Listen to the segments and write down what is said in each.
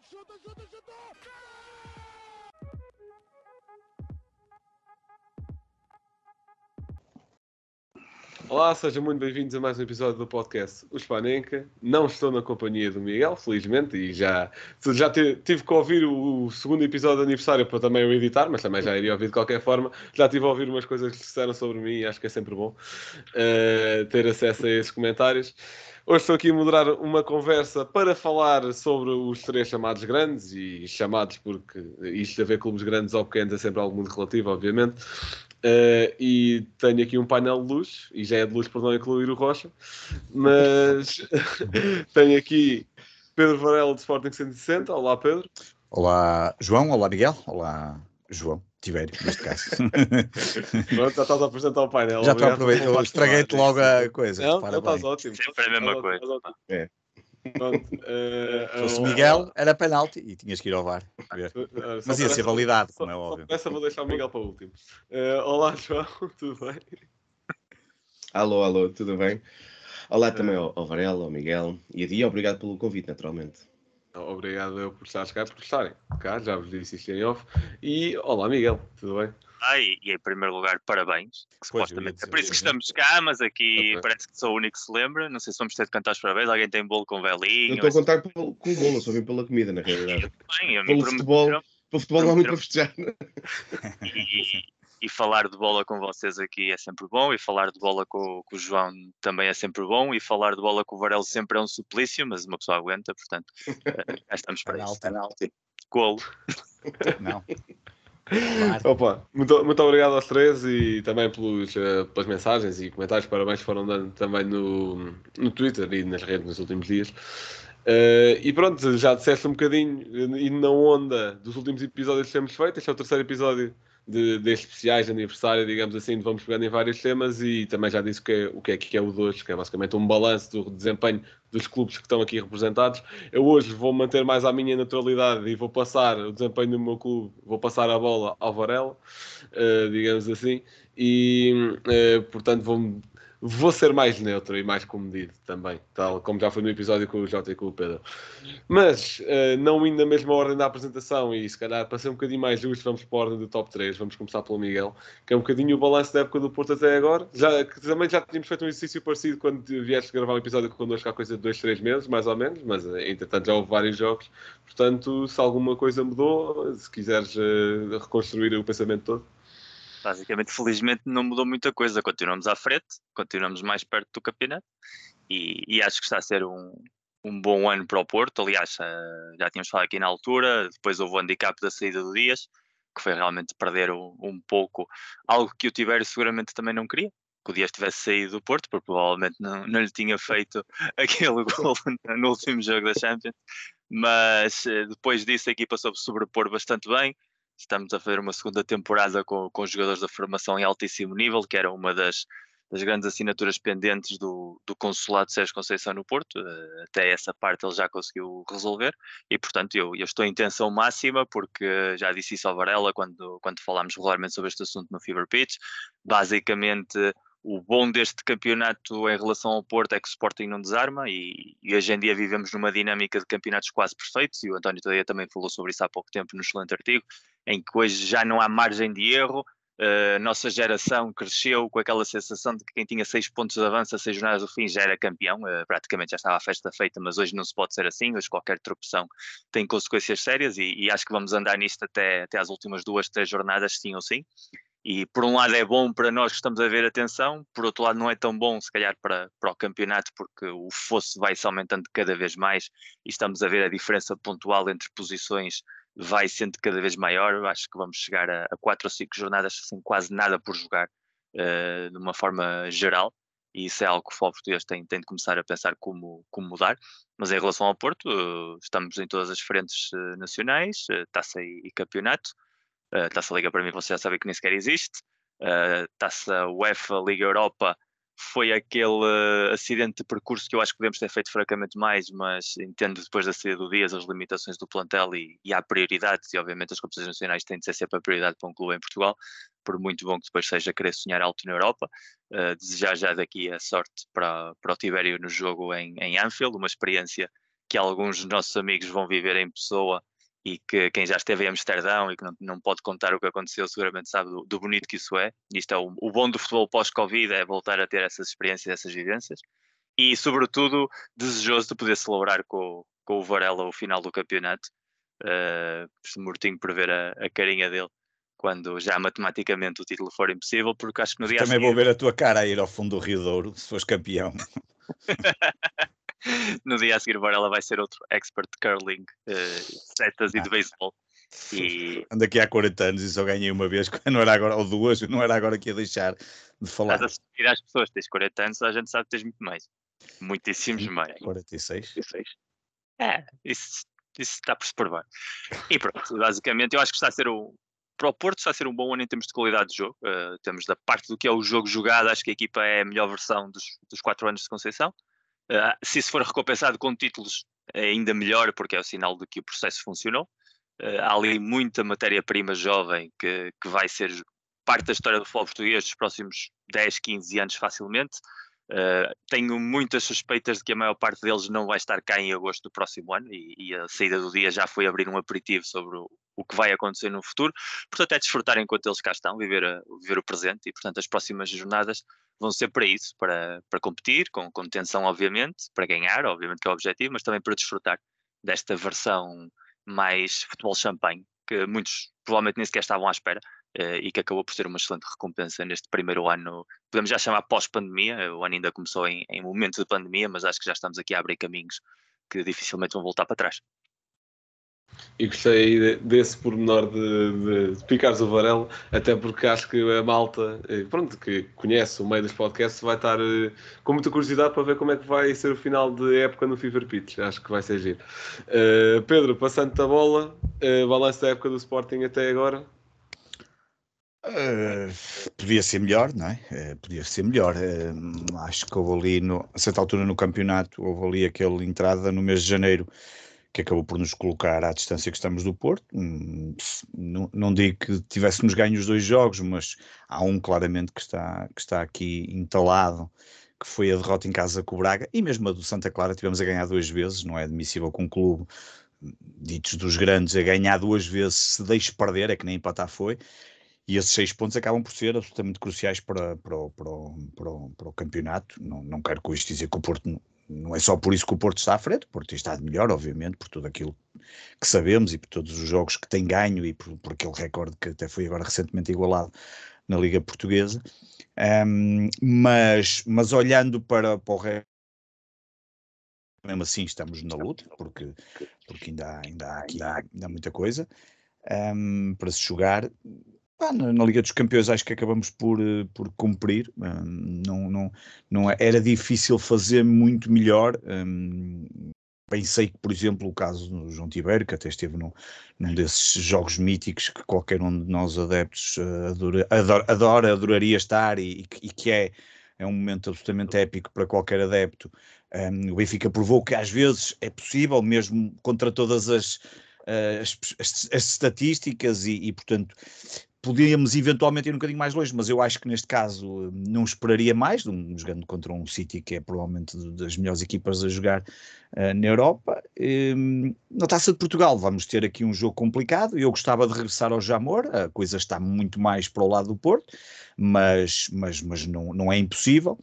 Olá, sejam muito bem-vindos a mais um episódio do podcast O Spanenka. Não estou na companhia do Miguel, felizmente, e já tive que ouvir o segundo episódio de aniversário para também o editar, mas também já iria ouvir de qualquer forma. Já tive a ouvir umas coisas que disseram sobre mim e acho que é sempre bom ter acesso a esses comentários. Hoje estou aqui a moderar uma conversa para falar sobre os três chamados grandes, e chamados porque isto de haver clubes grandes ou pequenos é sempre algo muito relativo, obviamente. E tenho aqui um painel de luz, e já é de luz por não incluir o Rocha, mas tenho aqui Pedro Varela de Sporting 160. Olá, Pedro. Olá, João. Olá, Miguel. Olá, João Tiverio, neste caso. Pronto, já estás a apresentar o painel. Já estou a aproveitar, eu estraguei-te logo a coisa. Não, estás ótimo. Sempre a mesma coisa. É. Pronto, Se fosse Miguel, era penalti e tinhas que ir ao VAR. Mas ia ser validado, como é óbvio. Essa vou deixar o Miguel para o último. Olá, João, tudo bem? Alô, tudo bem? Olá também ao Varela, ao Miguel e a Dia, obrigado pelo convite, naturalmente. Obrigado eu por estares cá, por estarem cá, já vos disse isto em off. E olá, Miguel, tudo bem? E em primeiro lugar, parabéns. Que supostamente é por isso que estamos cá, mas aqui parece que sou o único que se lembra. Não sei se vamos ter de cantar os parabéns. Alguém tem bolo com velinho? Eu estou a contar com o bolo, só vim pela comida, na realidade. Pelo futebol não há muito para festejar. E falar de bola com vocês aqui é sempre bom, e falar de bola com o João também é sempre bom, e falar de bola com o Varela sempre é um suplício, mas uma pessoa aguenta, portanto, já estamos para isso. Golo. Não. Opa, muito obrigado aos três e também pelas mensagens e comentários. Parabéns que foram dando também no Twitter e nas redes nos últimos dias. E pronto, já disseste um bocadinho e na onda dos últimos episódios que temos feito. Este é o terceiro episódio destes especiais de aniversário, digamos assim, de vamos pegando em vários temas, e também já disse o que é o de hoje, que é basicamente um balanço do desempenho dos clubes que estão aqui representados. Eu hoje vou manter mais a minha naturalidade e vou passar o desempenho do meu clube, vou passar a bola ao Varela, digamos assim, e portanto vou ser mais neutro e mais comedido também, tal como já foi no episódio com o Jota e com o Pedro. Mas, não indo na mesma ordem da apresentação, e se calhar para ser um bocadinho mais justo, vamos para a ordem do top 3. Vamos começar pelo Miguel, que é um bocadinho o balanço da época do Porto até agora. Também já tínhamos feito um exercício parecido quando vieste gravar um episódio connosco há coisa de 2-3 meses, mais ou menos, mas entretanto já houve vários jogos. Portanto, se alguma coisa mudou, se quiseres reconstruir o pensamento todo. Basicamente, felizmente, não mudou muita coisa. Continuamos à frente, continuamos mais perto do campeonato, e acho que está a ser um bom ano para o Porto. Aliás, já tínhamos falado aqui na altura, depois houve o handicap da saída do Dias, que foi realmente perder um pouco algo que o Tiverio seguramente também não queria, que o Dias tivesse saído do Porto, porque provavelmente não lhe tinha feito aquele gol no último jogo da Champions. Mas depois disso a equipa soube sobrepor bastante bem. Estamos a fazer uma segunda temporada com jogadores da formação em altíssimo nível, que era uma das grandes assinaturas pendentes do consulado de Sérgio Conceição no Porto. Até essa parte ele já conseguiu resolver, e portanto eu estou em tensão máxima, porque já disse isso ao Varela quando falámos regularmente sobre este assunto no Fever Pitch. Basicamente, o bom deste campeonato em relação ao Porto é que o Sporting não desarma, e hoje em dia vivemos numa dinâmica de campeonatos quase perfeitos, e o António Tadeia também falou sobre isso há pouco tempo no excelente artigo, em que hoje já não há margem de erro. A nossa geração cresceu com aquela sensação de que quem tinha 6 pontos de avanço a 6 jornadas do fim já era campeão, praticamente já estava a festa feita, mas hoje não se pode ser assim. Hoje qualquer tropeção tem consequências sérias, e acho que vamos andar nisto até às últimas 2-3 jornadas, sim ou sim. E por um lado é bom para nós que estamos a ver atenção, por outro lado não é tão bom se calhar para o campeonato, porque o fosso vai se aumentando cada vez mais, e estamos a ver a diferença pontual entre posições vai sendo cada vez maior. Acho que vamos chegar a 4 ou 5 jornadas sem quase nada por jogar, de uma forma geral, e isso é algo que o futebol português tem de começar a pensar como mudar. Mas em relação ao Porto, estamos em todas as frentes nacionais, taça e campeonato. Taça Liga para mim você já sabe que nem sequer existe. Taça UEFA, Liga Europa, foi aquele acidente de percurso que eu acho que podemos ter feito francamente mais, mas entendo depois da saída do Dias as limitações do plantel, e há prioridades, e obviamente as competições nacionais têm de ser sempre a prioridade para um clube em Portugal, por muito bom que depois seja querer sonhar alto na Europa. Desejar já daqui a sorte para o Tiberio no jogo em Anfield, uma experiência que alguns dos nossos amigos vão viver em pessoa, e que quem já esteve em Amsterdão e que não pode contar o que aconteceu seguramente sabe do bonito que isso é. Isto é o bom do futebol pós-Covid, é voltar a ter essas experiências, essas vivências, e sobretudo desejoso de poder celebrar com o Varela o final do campeonato. Mortinho por ver a carinha dele quando já matematicamente o título for impossível, porque acho que no dia também vou ver a tua cara a ir ao fundo do Rio Douro se fores campeão. No dia a seguir o Varela vai ser outro expert de curling, setas e de beisebol. Ando aqui há 40 anos e só ganhei uma vez, não era agora, ou duas, não era agora que ia deixar de falar. Estás a assistir às pessoas, tens 40 anos, a gente sabe que tens muito mais. Muitíssimos mais. 46. Isso está por se provar. E pronto, basicamente eu acho que está a ser para o Porto está a ser um bom ano em termos de qualidade de jogo. Temos da parte do que é o jogo jogado, acho que a equipa é a melhor versão dos 4 anos de Conceição. Se isso for recompensado com títulos, é ainda melhor, porque é o sinal de que o processo funcionou. Há ali muita matéria-prima jovem que vai ser parte da história do futebol português dos próximos 10, 15 anos facilmente. Tenho muitas suspeitas de que a maior parte deles não vai estar cá em agosto do próximo ano, e a saída do dia já foi abrir um aperitivo sobre o que vai acontecer no futuro. Portanto, é desfrutar enquanto eles cá estão, viver o presente, e portanto as próximas jornadas vão ser para isso, para competir, com tensão obviamente, para ganhar, obviamente que é o objetivo, mas também para desfrutar desta versão mais futebol champanhe, que muitos provavelmente nem sequer estavam à espera, e que acabou por ser uma excelente recompensa neste primeiro ano, podemos já chamar pós-pandemia. O ano ainda começou em momento de pandemia, mas acho que já estamos aqui a abrir caminhos que dificilmente vão voltar para trás. E gostei desse pormenor de picares o Varela, até porque acho que a malta, pronto, que conhece o meio dos podcasts, vai estar com muita curiosidade para ver como é que vai ser o final de época no Fever Pitch. Acho que vai ser giro. Pedro, passando-te a bola, balanço da época do Sporting até agora. Podia ser melhor, não é? Podia ser melhor. Acho que houve ali, a certa altura no campeonato, houve ali aquela entrada no mês de janeiro que acabou por nos colocar à distância que estamos do Porto. Não digo que tivéssemos ganho os 2 jogos, mas há um claramente que está aqui entalado, que foi a derrota em casa com o Braga, e mesmo a do Santa Clara tivemos a ganhar 2 vezes. Não é admissível que um clube, ditos dos grandes, a ganhar 2 vezes se deixe perder, é que nem empatar foi. E esses 6 pontos acabam por ser absolutamente cruciais para o campeonato. Não quero com isto dizer que o Porto, não é só por isso que o Porto está à frente. O Porto tem estado melhor, obviamente, por tudo aquilo que sabemos e por todos os jogos que tem ganho, e por aquele recorde que até foi agora recentemente igualado na Liga Portuguesa. Mas olhando para o resto, mesmo assim estamos na luta, porque ainda há muita coisa para se jogar. Na Liga dos Campeões acho que acabamos por cumprir. Era difícil fazer muito melhor. Bem sei que, por exemplo, o caso do João Tibeiro, que até esteve num desses jogos míticos que qualquer um de nós adeptos adoraria estar, e que é um momento absolutamente épico para qualquer adepto. O Benfica provou que às vezes é possível, mesmo contra todas as estatísticas, e portanto podíamos eventualmente ir um bocadinho mais longe, mas eu acho que neste caso não esperaria mais, jogando contra um City que é provavelmente das melhores equipas a jogar na Europa. Na Taça de Portugal vamos ter aqui um jogo complicado. Eu gostava de regressar ao Jamor, a coisa está muito mais para o lado do Porto, mas não é impossível.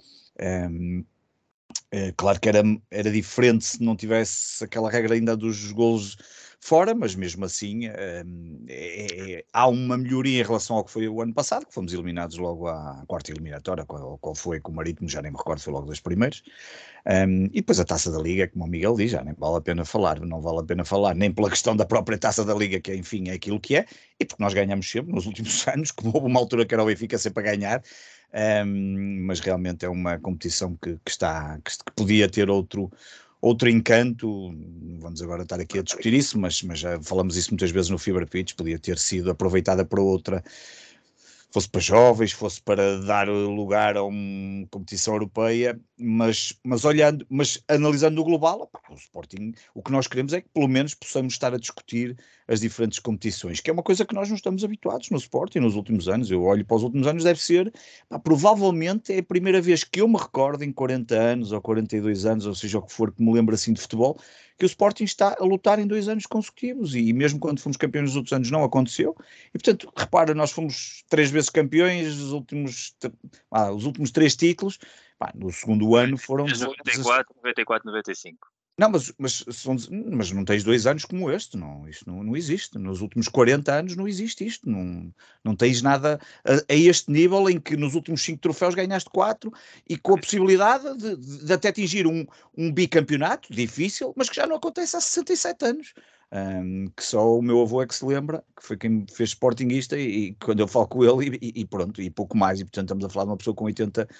Claro que era diferente se não tivesse aquela regra ainda dos golos fora, mas mesmo assim há uma melhoria em relação ao que foi o ano passado, que fomos eliminados logo à quarta eliminatória, qual foi com o Marítimo, já nem me recordo, foi logo das primeiras. E depois a Taça da Liga, como o Miguel diz, já nem vale a pena falar, não vale a pena falar nem pela questão da própria Taça da Liga, que enfim é aquilo que é, e porque nós ganhamos sempre nos últimos anos, como houve uma altura que era o Benfica sempre a ganhar. Mas realmente é uma competição que podia ter outro encanto. Vamos agora estar aqui a discutir isso, mas já falamos isso muitas vezes no Fever Pitch, podia ter sido aproveitada para outra, fosse para jovens, fosse para dar lugar a uma competição europeia, mas analisando no global, o Sporting, o que nós queremos é que pelo menos possamos estar a discutir as diferentes competições, que é uma coisa que nós não estamos habituados no Sporting nos últimos anos. Eu olho para os últimos anos, deve ser, provavelmente é a primeira vez que eu me recordo em 40 anos ou 42 anos, ou seja o que for, que me lembro assim de futebol, que que o Sporting está a lutar em 2 anos consecutivos, e mesmo quando fomos campeões nos outros anos não aconteceu, e portanto, repara, nós fomos 3 vezes campeões, os últimos 3 títulos, no segundo ano foram... 94, 94, 95. Não, mas não tens 2 anos como este, não, isto não existe. Nos últimos 40 anos não existe isto. Não tens nada a este nível em que nos últimos 5 troféus ganhaste 4 e com a possibilidade de até atingir um bicampeonato, difícil, mas que já não acontece há 67 anos. Que só o meu avô é que se lembra, que foi quem me fez sportinguista, e quando eu falo com ele, e pronto, e pouco mais, e portanto estamos a falar de uma pessoa com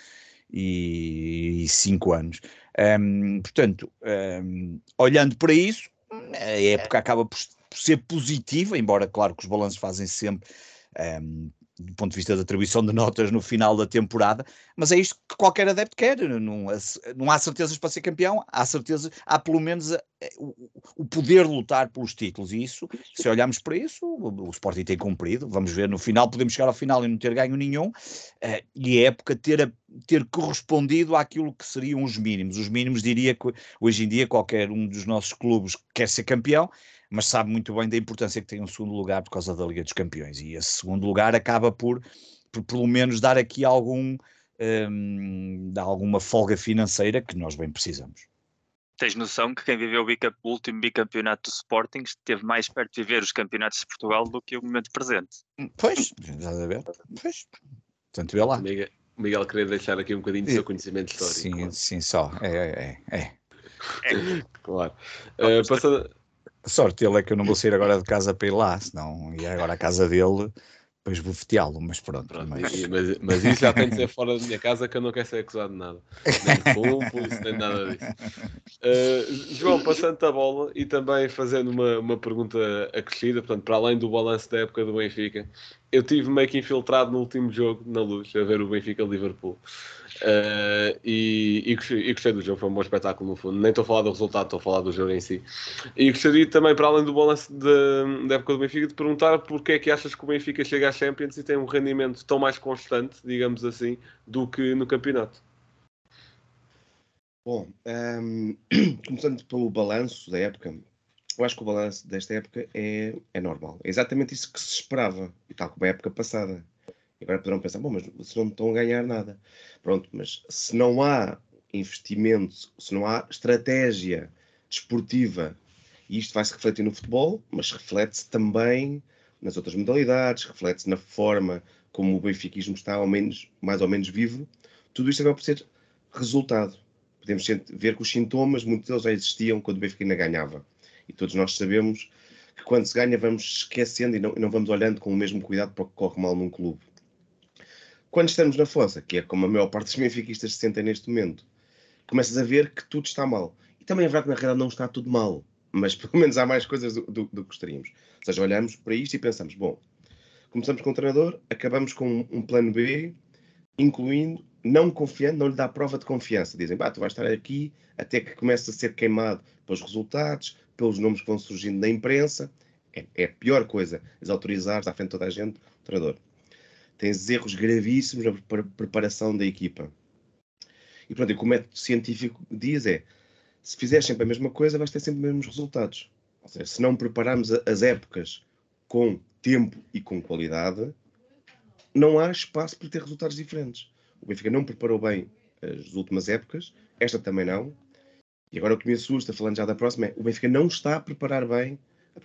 85 anos. Portanto, olhando para isso, a época acaba por ser positiva, embora, claro, que os balanços fazem sempre do ponto de vista da atribuição de notas no final da temporada, mas é isto que qualquer adepto quer. Não há certezas para ser campeão, há pelo menos o poder de lutar pelos títulos, e isso, se olharmos para isso, o Sporting tem cumprido. Vamos ver no final, podemos chegar ao final e não ter ganho nenhum, e a época ter correspondido àquilo que seriam os mínimos. Diria que hoje em dia qualquer um dos nossos clubes quer ser campeão, mas sabe muito bem da importância que tem um segundo lugar por causa da Liga dos Campeões, e esse segundo lugar acaba por pelo menos dar aqui alguma folga financeira que nós bem precisamos. Tens noção que quem viveu o último bicampeonato do Sporting esteve mais perto de viver os campeonatos de Portugal do que o momento presente? Pois, estás a ver? Pois, portanto, vê lá. O Miguel queria deixar aqui um bocadinho do seu conhecimento histórico. Sim, claro. Sim, só. Claro. Passando... A sorte dele é que eu não vou sair agora de casa para ir lá, senão ia agora à casa dele, depois bufeteá-lo, mas pronto. Mas isso já tem de ser fora da minha casa, que eu não quero ser acusado de nada. Nem de cúmplice, nem nada disso. João, passando a bola e também fazendo uma pergunta acrescida, portanto, para além do balanço da época do Benfica, eu tive meio que infiltrado no último jogo, na Luz, a ver o Benfica-Liverpool. E gostei do jogo, foi um bom espetáculo no fundo. Nem estou a falar do resultado, estou a falar do jogo em si. E gostaria também, para além do balanço da época do Benfica, de perguntar porque é que achas que o Benfica chega à Champions e tem um rendimento tão mais constante, digamos assim, do que no campeonato. Bom, começando pelo balanço da época, eu acho que o balanço desta época é normal. É exatamente isso que se esperava, e tal como a época passada. E agora poderão pensar, bom, mas vocês não estão a ganhar nada. Pronto, mas se não há investimento, se não há estratégia desportiva, e isto vai-se refletir no futebol, mas reflete-se também nas outras modalidades, reflete-se na forma como o benfiquismo está mais ou menos vivo, tudo isto acaba por ser resultado. Podemos ver que os sintomas, muitos deles já existiam quando o Benfica ainda ganhava. E todos nós sabemos que quando se ganha vamos esquecendo e não vamos olhando com o mesmo cuidado para o que corre mal num clube. Quando estamos na fossa, que é como a maior parte dos benfiquistas se sentem neste momento, começas a ver que tudo está mal. E também é verdade que na realidade não está tudo mal, mas pelo menos há mais coisas do que gostaríamos. Ou seja, olhamos para isto e pensamos, bom, começamos com o treinador, acabamos com um plano B, incluindo não confiando, não lhe dá prova de confiança. Dizem, tu vais estar aqui até que comece a ser queimado pelos resultados, pelos nomes que vão surgindo na imprensa. É a pior coisa, desautorizares à frente de toda a gente o treinador. Tens erros gravíssimos na preparação da equipa. E pronto, e como o método científico diz se fizeres sempre a mesma coisa, vais ter sempre os mesmos resultados. Ou seja, se não prepararmos as épocas com tempo e com qualidade, não há espaço para ter resultados diferentes. O Benfica não preparou bem as últimas épocas, esta também não. E agora o que me assusta, falando já da próxima, é o Benfica não está a preparar bem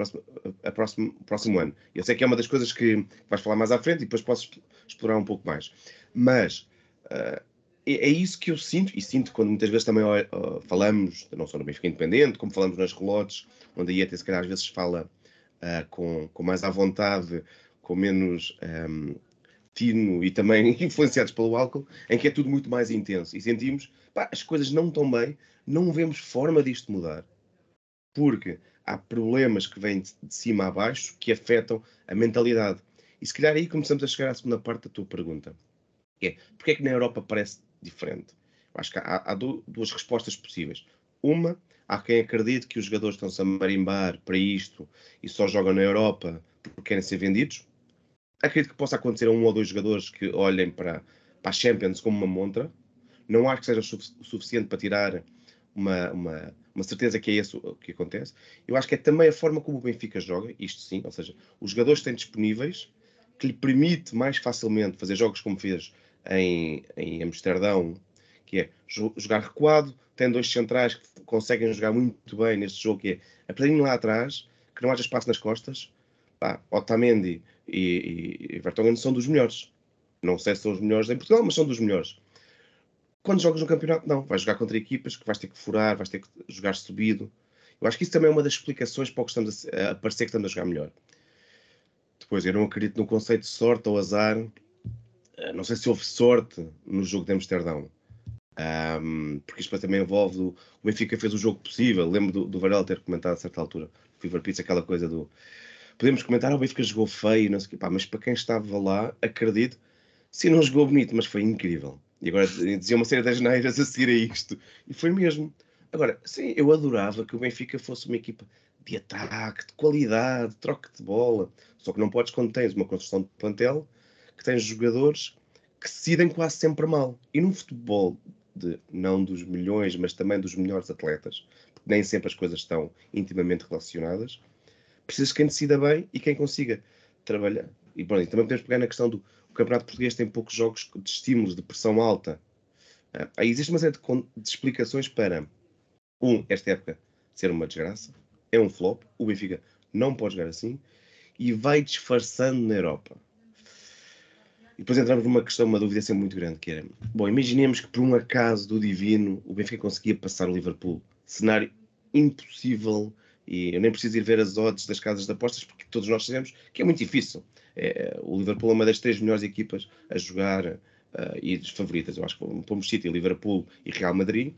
o próximo ano. Eu sei que é uma das coisas que vais falar mais à frente e depois posso explorar um pouco mais. Mas é isso que eu sinto, e sinto quando muitas vezes também falamos, não só no Benfica Independente, como falamos nas relotes, onde aí até se calhar às vezes fala com mais à vontade, com menos tino e também influenciados pelo álcool, em que é tudo muito mais intenso. E sentimos, as coisas não estão bem, não vemos forma disto mudar. Porque há problemas que vêm de cima a baixo que afetam a mentalidade. E se calhar aí começamos a chegar à segunda parte da tua pergunta. Porque é que na Europa parece diferente? Eu acho que há duas respostas possíveis. Uma, há quem acredite que os jogadores estão-se a marimbar para isto e só jogam na Europa porque querem ser vendidos. Acredito que possa acontecer a 1 ou 2 jogadores que olhem para a Champions como uma montra. Não acho que seja o suficiente para tirar uma certeza que é isso o que acontece. Eu acho que é também a forma como o Benfica joga, isto sim, ou seja, os jogadores que têm disponíveis, que lhe permite mais facilmente fazer jogos como fez em Amsterdão, que é jogar recuado, tem 2 centrais que conseguem jogar muito bem neste jogo, que é apelarem lá atrás, que não haja espaço nas costas. Otamendi e Vertonghen são dos melhores. Não sei se são os melhores em Portugal, mas são dos melhores. Quando jogas no campeonato, não. Vais jogar contra equipas que vais ter que furar, vais ter que jogar subido. Eu acho que isso também é uma das explicações para o que estamos a parecer que estamos a jogar melhor. Depois, eu não acredito no conceito de sorte ou azar. Não sei se houve sorte no jogo de Amsterdão. Porque isto também envolve o Benfica fez o jogo possível. Lembro do Varela ter comentado a certa altura, o Fever Pitch, aquela coisa do podemos comentar, o Benfica jogou feio, não sei o quê, mas para quem estava lá, acredito, se não jogou bonito, mas foi incrível. E agora dizia uma série de asneiras a seguir a isto, e foi mesmo. Agora, sim, eu adorava que o Benfica fosse uma equipa de ataque, de qualidade, de troca de bola, só que não podes quando tens uma construção de plantel, que tens jogadores que se decidem quase sempre mal. E num futebol não dos milhões, mas também dos melhores atletas, porque nem sempre as coisas estão intimamente relacionadas, precisas de quem decida bem e quem consiga trabalhar. E bom, também podemos pegar na questão do Campeonato Português tem poucos jogos de estímulos, de pressão alta. Aí existe uma série de explicações para, esta época ser uma desgraça, é um flop, o Benfica não pode jogar assim, e vai disfarçando na Europa. E depois entramos numa questão, uma dúvida sempre muito grande, que era, imaginemos que por um acaso do divino o Benfica conseguia passar o Liverpool. Cenário impossível, e eu nem preciso ir ver as odds das casas de apostas, porque todos nós sabemos que é muito difícil. O Liverpool é uma das 3 melhores equipas a jogar e das favoritas. Eu acho que pomos City, Liverpool e Real Madrid,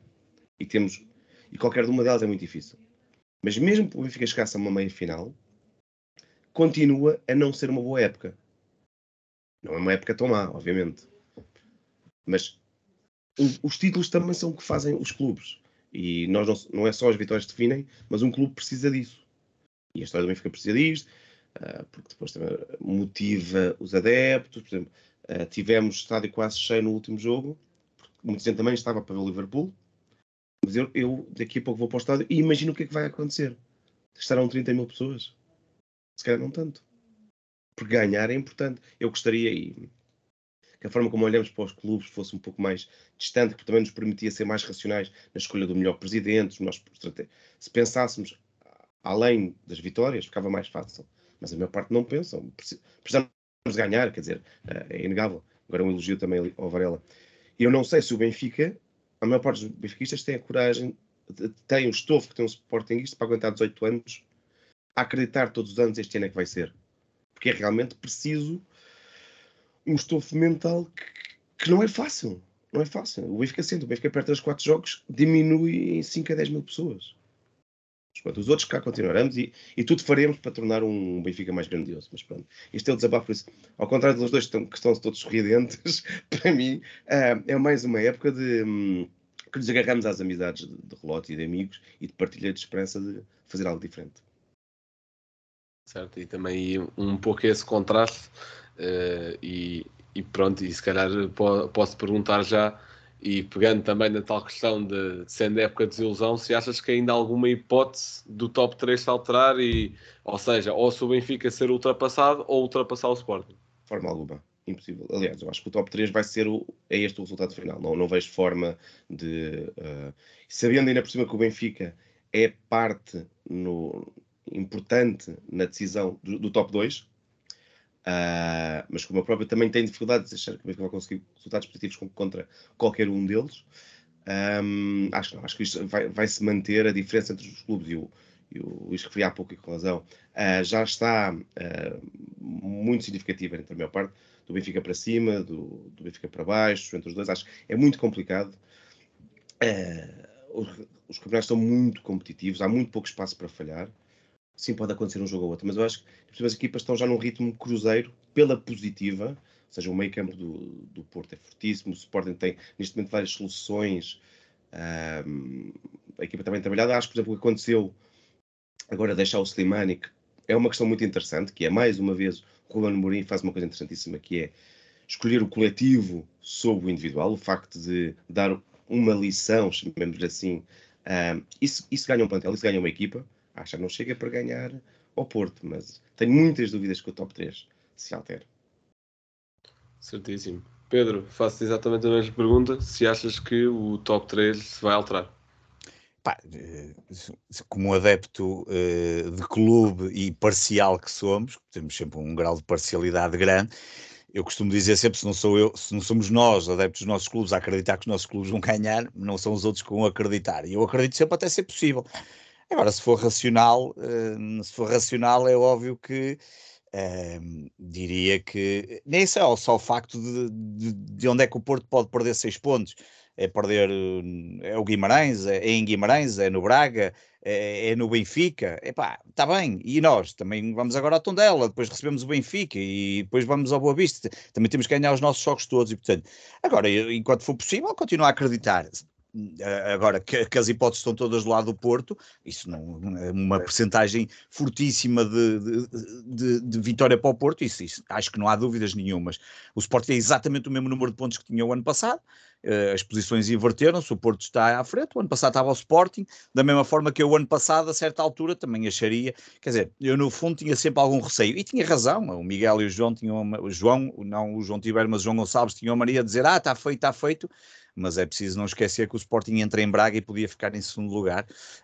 e qualquer uma delas é muito difícil. Mas mesmo que o Benfica chegasse a uma meia-final, continua a não ser uma boa época. Não é uma época tão má, obviamente. Mas os títulos também são o que fazem os clubes. E nós não é só as vitórias que definem, mas um clube precisa disso. E a história do Benfica precisa disto, porque depois também motiva os adeptos. Por exemplo, tivemos estádio quase cheio no último jogo, porque muita gente também estava para ver o Liverpool. Mas eu daqui a pouco vou para o estádio e imagino o que é que vai acontecer. Estarão 30 mil pessoas. Se calhar não tanto. Porque ganhar é importante. Eu gostaria, que a forma como olhamos para os clubes fosse um pouco mais distante, que também nos permitia ser mais racionais na escolha do melhor presidente, se pensássemos além das vitórias, ficava mais fácil. Mas a maior parte não pensam. Precisamos ganhar, quer dizer, é inegável. Agora um elogio também ao Varela. E eu não sei se o Benfica, a maior parte dos benfiquistas tem a coragem, tem o estofo que tem um Sportingista para aguentar 18 anos, a acreditar todos os anos este ano é que vai ser. Porque é realmente preciso um estofo mental que não é fácil. Não é fácil. O Benfica perto das 4 jogos diminui em 5 a 10 mil pessoas. Pronto, os outros cá continuaremos e tudo faremos para tornar um Benfica mais grandioso. Mas pronto, este é o desabafo. Por isso, ao contrário dos dois que estão todos sorridentes, para mim é mais uma época que nos agarramos às amizades de relote e de amigos e de partilha de esperança de fazer algo diferente. Certo, e também um pouco esse contraste e pronto, e se calhar posso perguntar já, e pegando também na tal questão de sendo época de desilusão, se achas que ainda há alguma hipótese do top 3 se alterar, ou seja, ou se o Benfica ser ultrapassado ou ultrapassar o Sporting? De forma alguma, impossível. Aliás, eu acho que o top 3 vai ser este o resultado final. Não vejo forma de... sabendo ainda por cima que o Benfica é parte importante na decisão do top 2, mas como eu próprio também tenho dificuldade de achar que o Benfica vai conseguir resultados positivos contra qualquer um deles. Acho que isto vai se manter a diferença entre os clubes, e o Luís referia há pouco e com razão, já está muito significativa entre a maior parte, do Benfica para cima, do Benfica para baixo, entre os dois. Acho que é muito complicado. Os campeonatos são muito competitivos, há muito pouco espaço para falhar. Sim, pode acontecer um jogo ou outro, mas eu acho que as equipas estão já num ritmo cruzeiro pela positiva, ou seja, o meio campo do Porto é fortíssimo, o Sporting tem neste momento várias soluções, a equipa também trabalhada. Acho que, por exemplo, o que aconteceu agora deixar o Slimani, que é uma questão muito interessante, que é, mais uma vez, o Ruben Amorim faz uma coisa interessantíssima, que é escolher o coletivo sobre o individual, o facto de dar uma lição, chamemos assim, Isso ganha um plantel, isso ganha uma equipa. Acho que não chega para ganhar ao Porto, mas tenho muitas dúvidas que o top 3 se altere. Certíssimo. Pedro, faço exatamente a mesma pergunta. Se achas que o top 3 se vai alterar? Pá, como adepto de clube e parcial que somos, temos sempre um grau de parcialidade grande. Eu costumo dizer sempre, se não somos nós, adeptos dos nossos clubes, a acreditar que os nossos clubes vão ganhar, não são os outros que vão acreditar. E eu acredito sempre até ser possível. Agora, se for racional, é óbvio que diria que nem só o facto de onde é que o Porto pode perder 6 pontos. É perder, é o Guimarães, é em Guimarães, é no Braga, é no Benfica. Epá, está bem. E nós também vamos agora ao Tondela, depois recebemos o Benfica e depois vamos ao Boa Vista. Também temos que ganhar os nossos jogos todos. E, portanto, agora, enquanto for possível, continuar a acreditar. Agora que as hipóteses estão todas do lado do Porto, isso não é uma percentagem fortíssima de vitória para o Porto, isso acho que não há dúvidas nenhumas. O Sporting tem exatamente o mesmo número de pontos que tinha o ano passado, as posições inverteram-se, o Porto está à frente, o ano passado estava o Sporting, da mesma forma que eu o ano passado, a certa altura, também acharia, quer dizer, eu no fundo tinha sempre algum receio, e tinha razão, o Miguel e o João tinham, o João Tibeiro, mas o João Gonçalves tinham a mania de dizer, está feito, mas é preciso não esquecer que o Sporting entra em Braga e podia ficar em segundo lugar,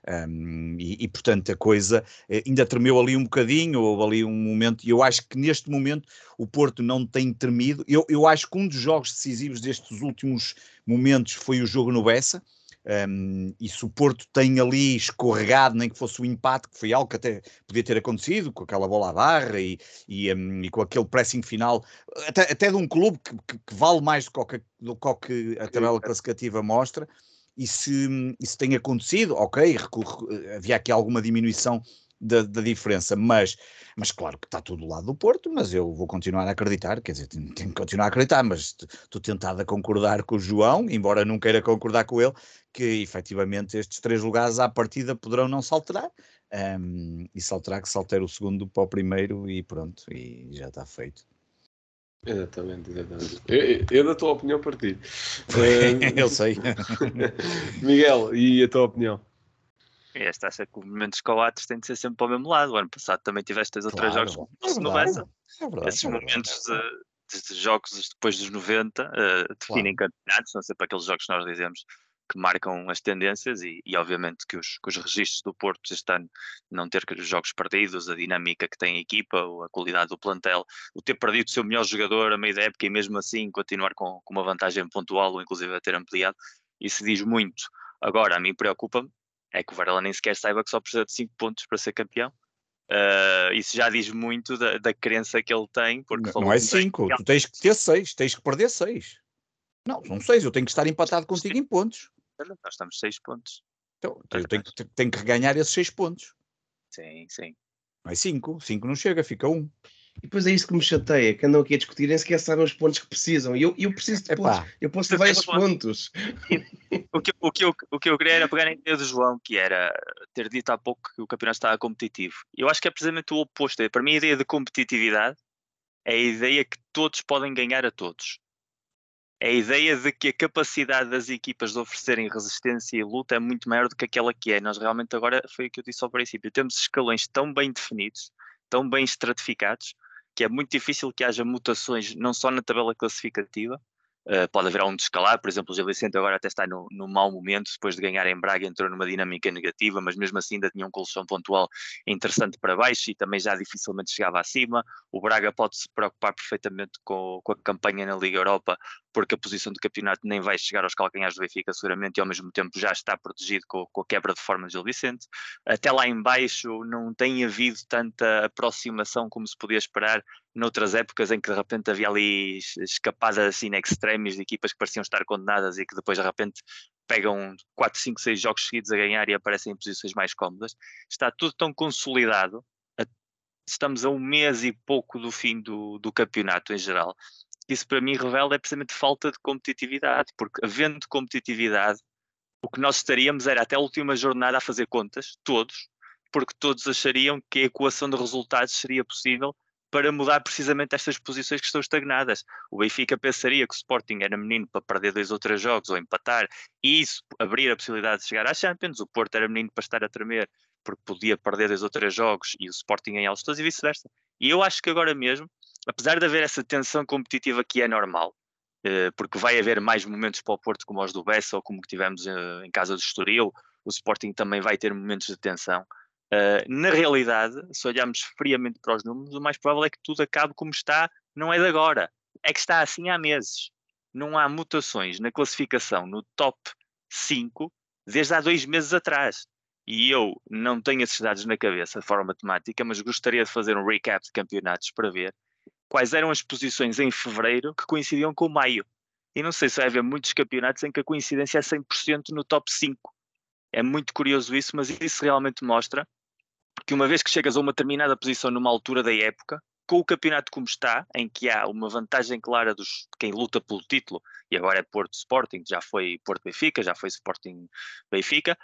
e portanto a coisa ainda tremeu ali um bocadinho, houve ali um momento, e eu acho que neste momento o Porto não tem tremido. Eu acho que um dos jogos decisivos destes últimos momentos foi o jogo no Bessa, e se o Porto tem ali escorregado, nem que fosse o empate, que foi algo que até podia ter acontecido, com aquela bola à barra e com aquele pressing final, até de um clube que vale mais do que a tabela classificativa mostra, e se isso tem acontecido, ok, havia aqui alguma diminuição da diferença, mas claro que está tudo do lado do Porto, mas eu vou continuar a acreditar, quer dizer, tenho que continuar a acreditar, mas estou tentado a concordar com o João, embora não queira concordar com ele, que efetivamente estes 3 lugares à partida poderão não se alterar, e se alterar que se altere o segundo para o primeiro e pronto, e já está feito. Exatamente. Eu da tua opinião partilho. Eu sei. Miguel, e a tua opinião? Esta acha que os momentos coates têm de ser sempre para o mesmo lado. O ano passado também tiveste 2 ou 3 jogos no Bessa. Esses momentos de jogos depois dos 90 definem campeonatos, são sempre aqueles jogos que nós dizemos que marcam as tendências e obviamente que os registros do Porto este ano não ter os jogos perdidos, a dinâmica que tem a equipa, a qualidade do plantel, o ter perdido o seu melhor jogador a meio da época e mesmo assim continuar com uma vantagem pontual ou inclusive a ter ampliado, isso diz muito. Agora, a mim preocupa-me é que o Varela nem sequer saiba que só precisa de 5 pontos para ser campeão. Isso já diz muito da crença que ele tem. Porque não é 5, tu tens que ter 6, tens que perder 6. Não, são 6, eu tenho que estar empatado contigo em pontos. Nós estamos 6 pontos. Então, eu tenho que ganhar esses 6 pontos. Sim. Não é 5 não chega, fica 1. E depois é isso que me chateia, que andam aqui a discutir, nem sequer sabem os pontos que precisam. E eu preciso de pontos, eu posso levar esses pontos. O que eu queria era pegar na ideia do João, que era ter dito há pouco que o campeonato estava competitivo. Eu acho que é precisamente o oposto. Para mim, a ideia de competitividade é a ideia que todos podem ganhar a todos. É a ideia de que a capacidade das equipas de oferecerem resistência e luta é muito maior do que aquela que é. Nós realmente agora, foi o que eu disse ao princípio, temos escalões tão bem definidos, tão bem estratificados, que é muito difícil que haja mutações não só na tabela classificativa, pode haver um descalar, por exemplo, o Gil Vicente agora até está no mau momento, depois de ganhar em Braga entrou numa dinâmica negativa, mas mesmo assim ainda tinha um colchão pontual interessante para baixo e também já dificilmente chegava acima. O Braga pode se preocupar perfeitamente com a campanha na Liga Europa, porque a posição do campeonato nem vai chegar aos calcanhares do Benfica seguramente e ao mesmo tempo já está protegido com a quebra de forma de Gil Vicente. Até lá em baixo não tem havido tanta aproximação como se podia esperar noutras épocas em que de repente havia ali escapadas assim extremis de equipas que pareciam estar condenadas e que depois de repente pegam 4, 5, 6 jogos seguidos a ganhar e aparecem em posições mais cómodas. Está tudo tão consolidado, estamos a 1 mês e pouco do fim do campeonato em geral. Isso para mim revela é precisamente falta de competitividade, porque havendo competitividade, o que nós estaríamos era até a última jornada a fazer contas, todos, porque todos achariam que a equação de resultados seria possível para mudar precisamente estas posições que estão estagnadas. O Benfica pensaria que o Sporting era menino para perder 2 ou 3 jogos ou empatar, e isso abrir a possibilidade de chegar à Champions. O Porto era menino para estar a tremer, porque podia perder 2 ou 3 jogos e o Sporting em altos todos e vice-versa. E eu acho que agora mesmo, apesar de haver essa tensão competitiva que é normal, porque vai haver mais momentos para o Porto como os do Bessa ou como que tivemos em casa do Estoril, o Sporting também vai ter momentos de tensão. Na realidade, se olharmos friamente para os números, o mais provável é que tudo acabe como está, não é de agora, é que está assim há meses. Não há mutações na classificação no top 5 desde há 2 meses atrás. E eu não tenho esses dados na cabeça de forma matemática, mas gostaria de fazer um recap de campeonatos para ver quais eram as posições em fevereiro que coincidiam com maio. E não sei se vai haver muitos campeonatos em que a coincidência é 100% no top 5. É muito curioso isso, mas isso realmente mostra que uma vez que chegas a uma determinada posição numa altura da época, com o campeonato como está, em que há uma vantagem clara de quem luta pelo título, e agora é Porto Sporting, já foi Porto Benfica, já foi Sporting Benfica,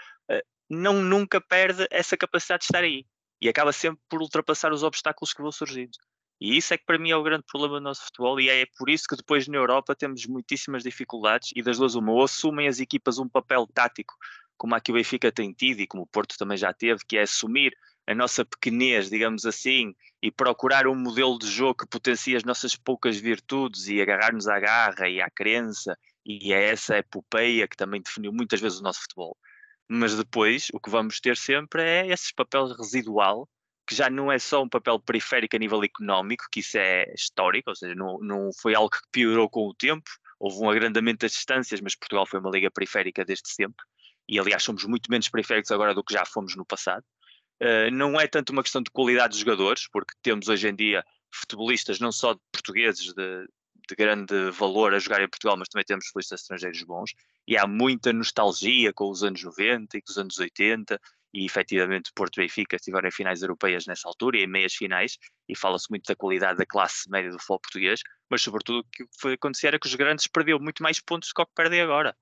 nunca perde essa capacidade de estar aí. E acaba sempre por ultrapassar os obstáculos que vão surgindo. E isso é que para mim é o grande problema do nosso futebol, e é por isso que depois na Europa temos muitíssimas dificuldades, e das duas uma, ou assumem as equipas um papel tático, como a que o Benfica tem tido, e como o Porto também já teve, que é assumir a nossa pequenez, digamos assim, e procurar um modelo de jogo que potencie as nossas poucas virtudes e agarrar-nos à garra e à crença e a essa epopeia que também definiu muitas vezes o nosso futebol. Mas depois o que vamos ter sempre é esse papel residual, que já não é só um papel periférico a nível económico, que isso é histórico, ou seja, não foi algo que piorou com o tempo, houve um agrandamento das distâncias, mas Portugal foi uma liga periférica desde sempre, e aliás somos muito menos periféricos agora do que já fomos no passado. Não é tanto uma questão de qualidade de jogadores, porque temos hoje em dia futebolistas não só de portugueses de grande valor a jogar em Portugal, mas também temos futebolistas estrangeiros bons, e há muita nostalgia com os anos 90 e com os anos 80, e efetivamente Porto e Benfica estiveram em finais europeias nessa altura e em meias finais, e fala-se muito da qualidade da classe média do futebol português, mas sobretudo o que foi acontecer era que os grandes perderam muito mais pontos do que o que perdem agora.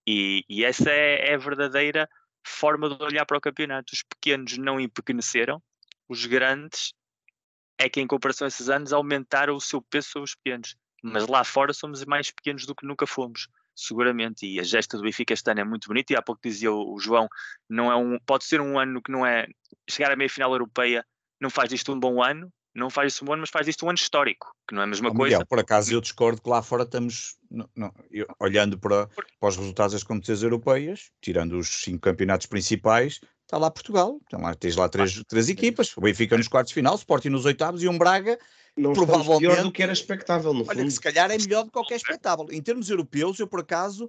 E essa é a verdadeira forma de olhar para o campeonato. Os pequenos não empequeneceram, os grandes é que em comparação a esses anos aumentaram o seu peso sobre os pequenos, mas lá fora somos mais pequenos do que nunca fomos, seguramente, e a gesta do Benfica este ano é muito bonita, e há pouco dizia o João, pode ser um ano que não é, chegar à meia-final europeia não faz disto um bom ano, não faz isto um bom ano, mas faz disto um ano histórico, que não é a mesma coisa. Miguel, por acaso eu discordo que lá fora estamos, olhando para os resultados das competições europeias, tirando os 5 campeonatos principais, está lá Portugal, tens lá três equipas, o Benfica nos quartos de final, o Sporting nos oitavos e um Braga, não provavelmente pior do que era expectável, no fundo. Olha, que se calhar é melhor do que qualquer espetáculo. Em termos europeus, eu por acaso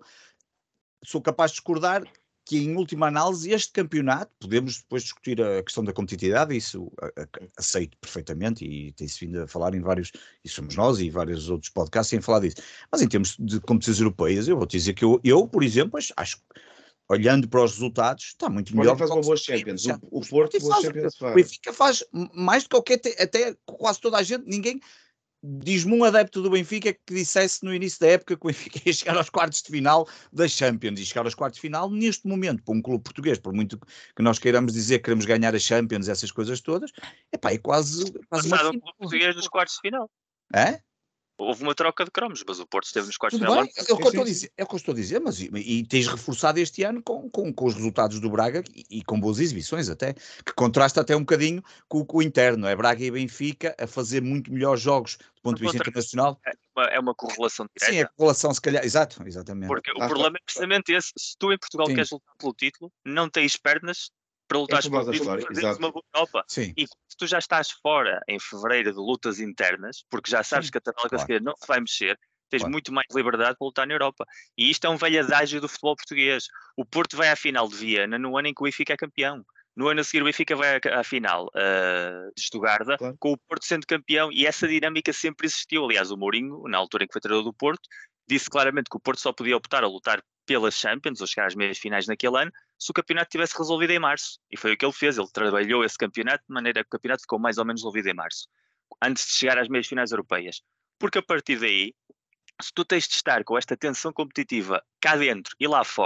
sou capaz de discordar que em última análise este campeonato, podemos depois discutir a questão da competitividade, isso aceito perfeitamente e tem-se vindo a falar em vários, e somos nós e vários outros podcasts têm falado disso, mas em termos de competições europeias, eu vou te dizer que eu por exemplo, acho que olhando para os resultados, está muito melhor. Faz uma boa Champions, o Porto boa Champions faz. O Benfica faz mais do que até quase toda a gente, ninguém... Diz-me um adepto do Benfica que dissesse no início da época que o Benfica ia chegar aos quartos de final da Champions, e chegar aos quartos de final neste momento, para um clube português, por muito que nós queiramos dizer que queremos ganhar a Champions, essas coisas todas, é quase uma final. Um clube português nos quartos de final. É? Houve uma troca de cromos, mas o Porto esteve nos quartos de final. final. É o que eu estou a dizer, mas e tens reforçado este ano com os resultados do Braga e com boas exibições até, que contrasta até um bocadinho com o interno, é Braga e Benfica a fazer muito melhores jogos do ponto de vista internacional. É uma correlação direta. Sim, é a correlação se calhar, exatamente. Porque o problema é precisamente esse, se tu em Portugal queres lutar pelo título, não tens pernas para lutar pelo título, fazeres uma boa Copa. E se tu já estás fora em fevereiro de lutas internas, porque já sabes que a tabela classificada não se vai mexer, tens muito mais liberdade para lutar na Europa. E isto é um velho adágio do futebol português. O Porto vai à final de Viena no ano em que o Benfica é campeão. No ano a seguir o Benfica vai à final de Stuttgart, com o Porto sendo campeão, e essa dinâmica sempre existiu. Aliás, o Mourinho, na altura em que foi treinador do Porto, disse claramente que o Porto só podia optar a lutar pela Champions, ou chegar às meias finais naquele ano, se o campeonato tivesse resolvido em março. E foi o que ele fez, ele trabalhou esse campeonato de maneira que o campeonato ficou mais ou menos resolvido em março, antes de chegar às meias finais europeias. Porque a partir daí, se tu tens de estar com esta tensão competitiva cá dentro e lá fora,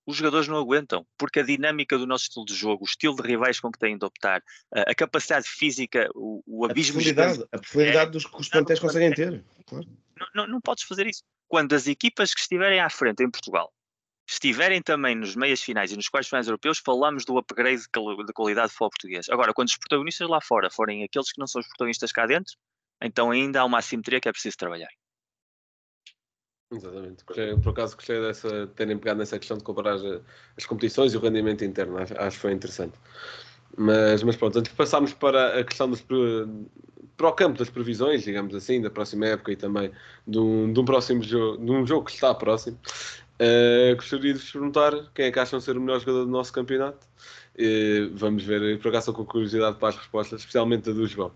os jogadores não aguentam, porque a dinâmica do nosso estilo de jogo, o estilo de rivais com que têm de optar, a capacidade física, o abismo gigante. A profundidade dos que os plantéis conseguem ter. Claro. Não podes fazer isso. Quando as equipas que estiverem à frente em Portugal estiverem também nos meias finais e nos quartos finais europeus, falamos do upgrade de qualidade do futebol português. Agora, quando os protagonistas lá fora forem aqueles que não são os protagonistas cá dentro, então ainda há uma assimetria que é preciso trabalhar. Exatamente. Por acaso gostei terem pegado nessa questão de comparar as competições e o rendimento interno. Acho que foi interessante. Mas pronto, antes de passarmos para a questão para o campo das previsões, digamos assim, da próxima época e também de um próximo jogo, de um jogo que está próximo, gostaria de vos perguntar quem é que acham ser o melhor jogador do nosso campeonato. Vamos ver, por acaso estou com curiosidade para as respostas, especialmente a do João.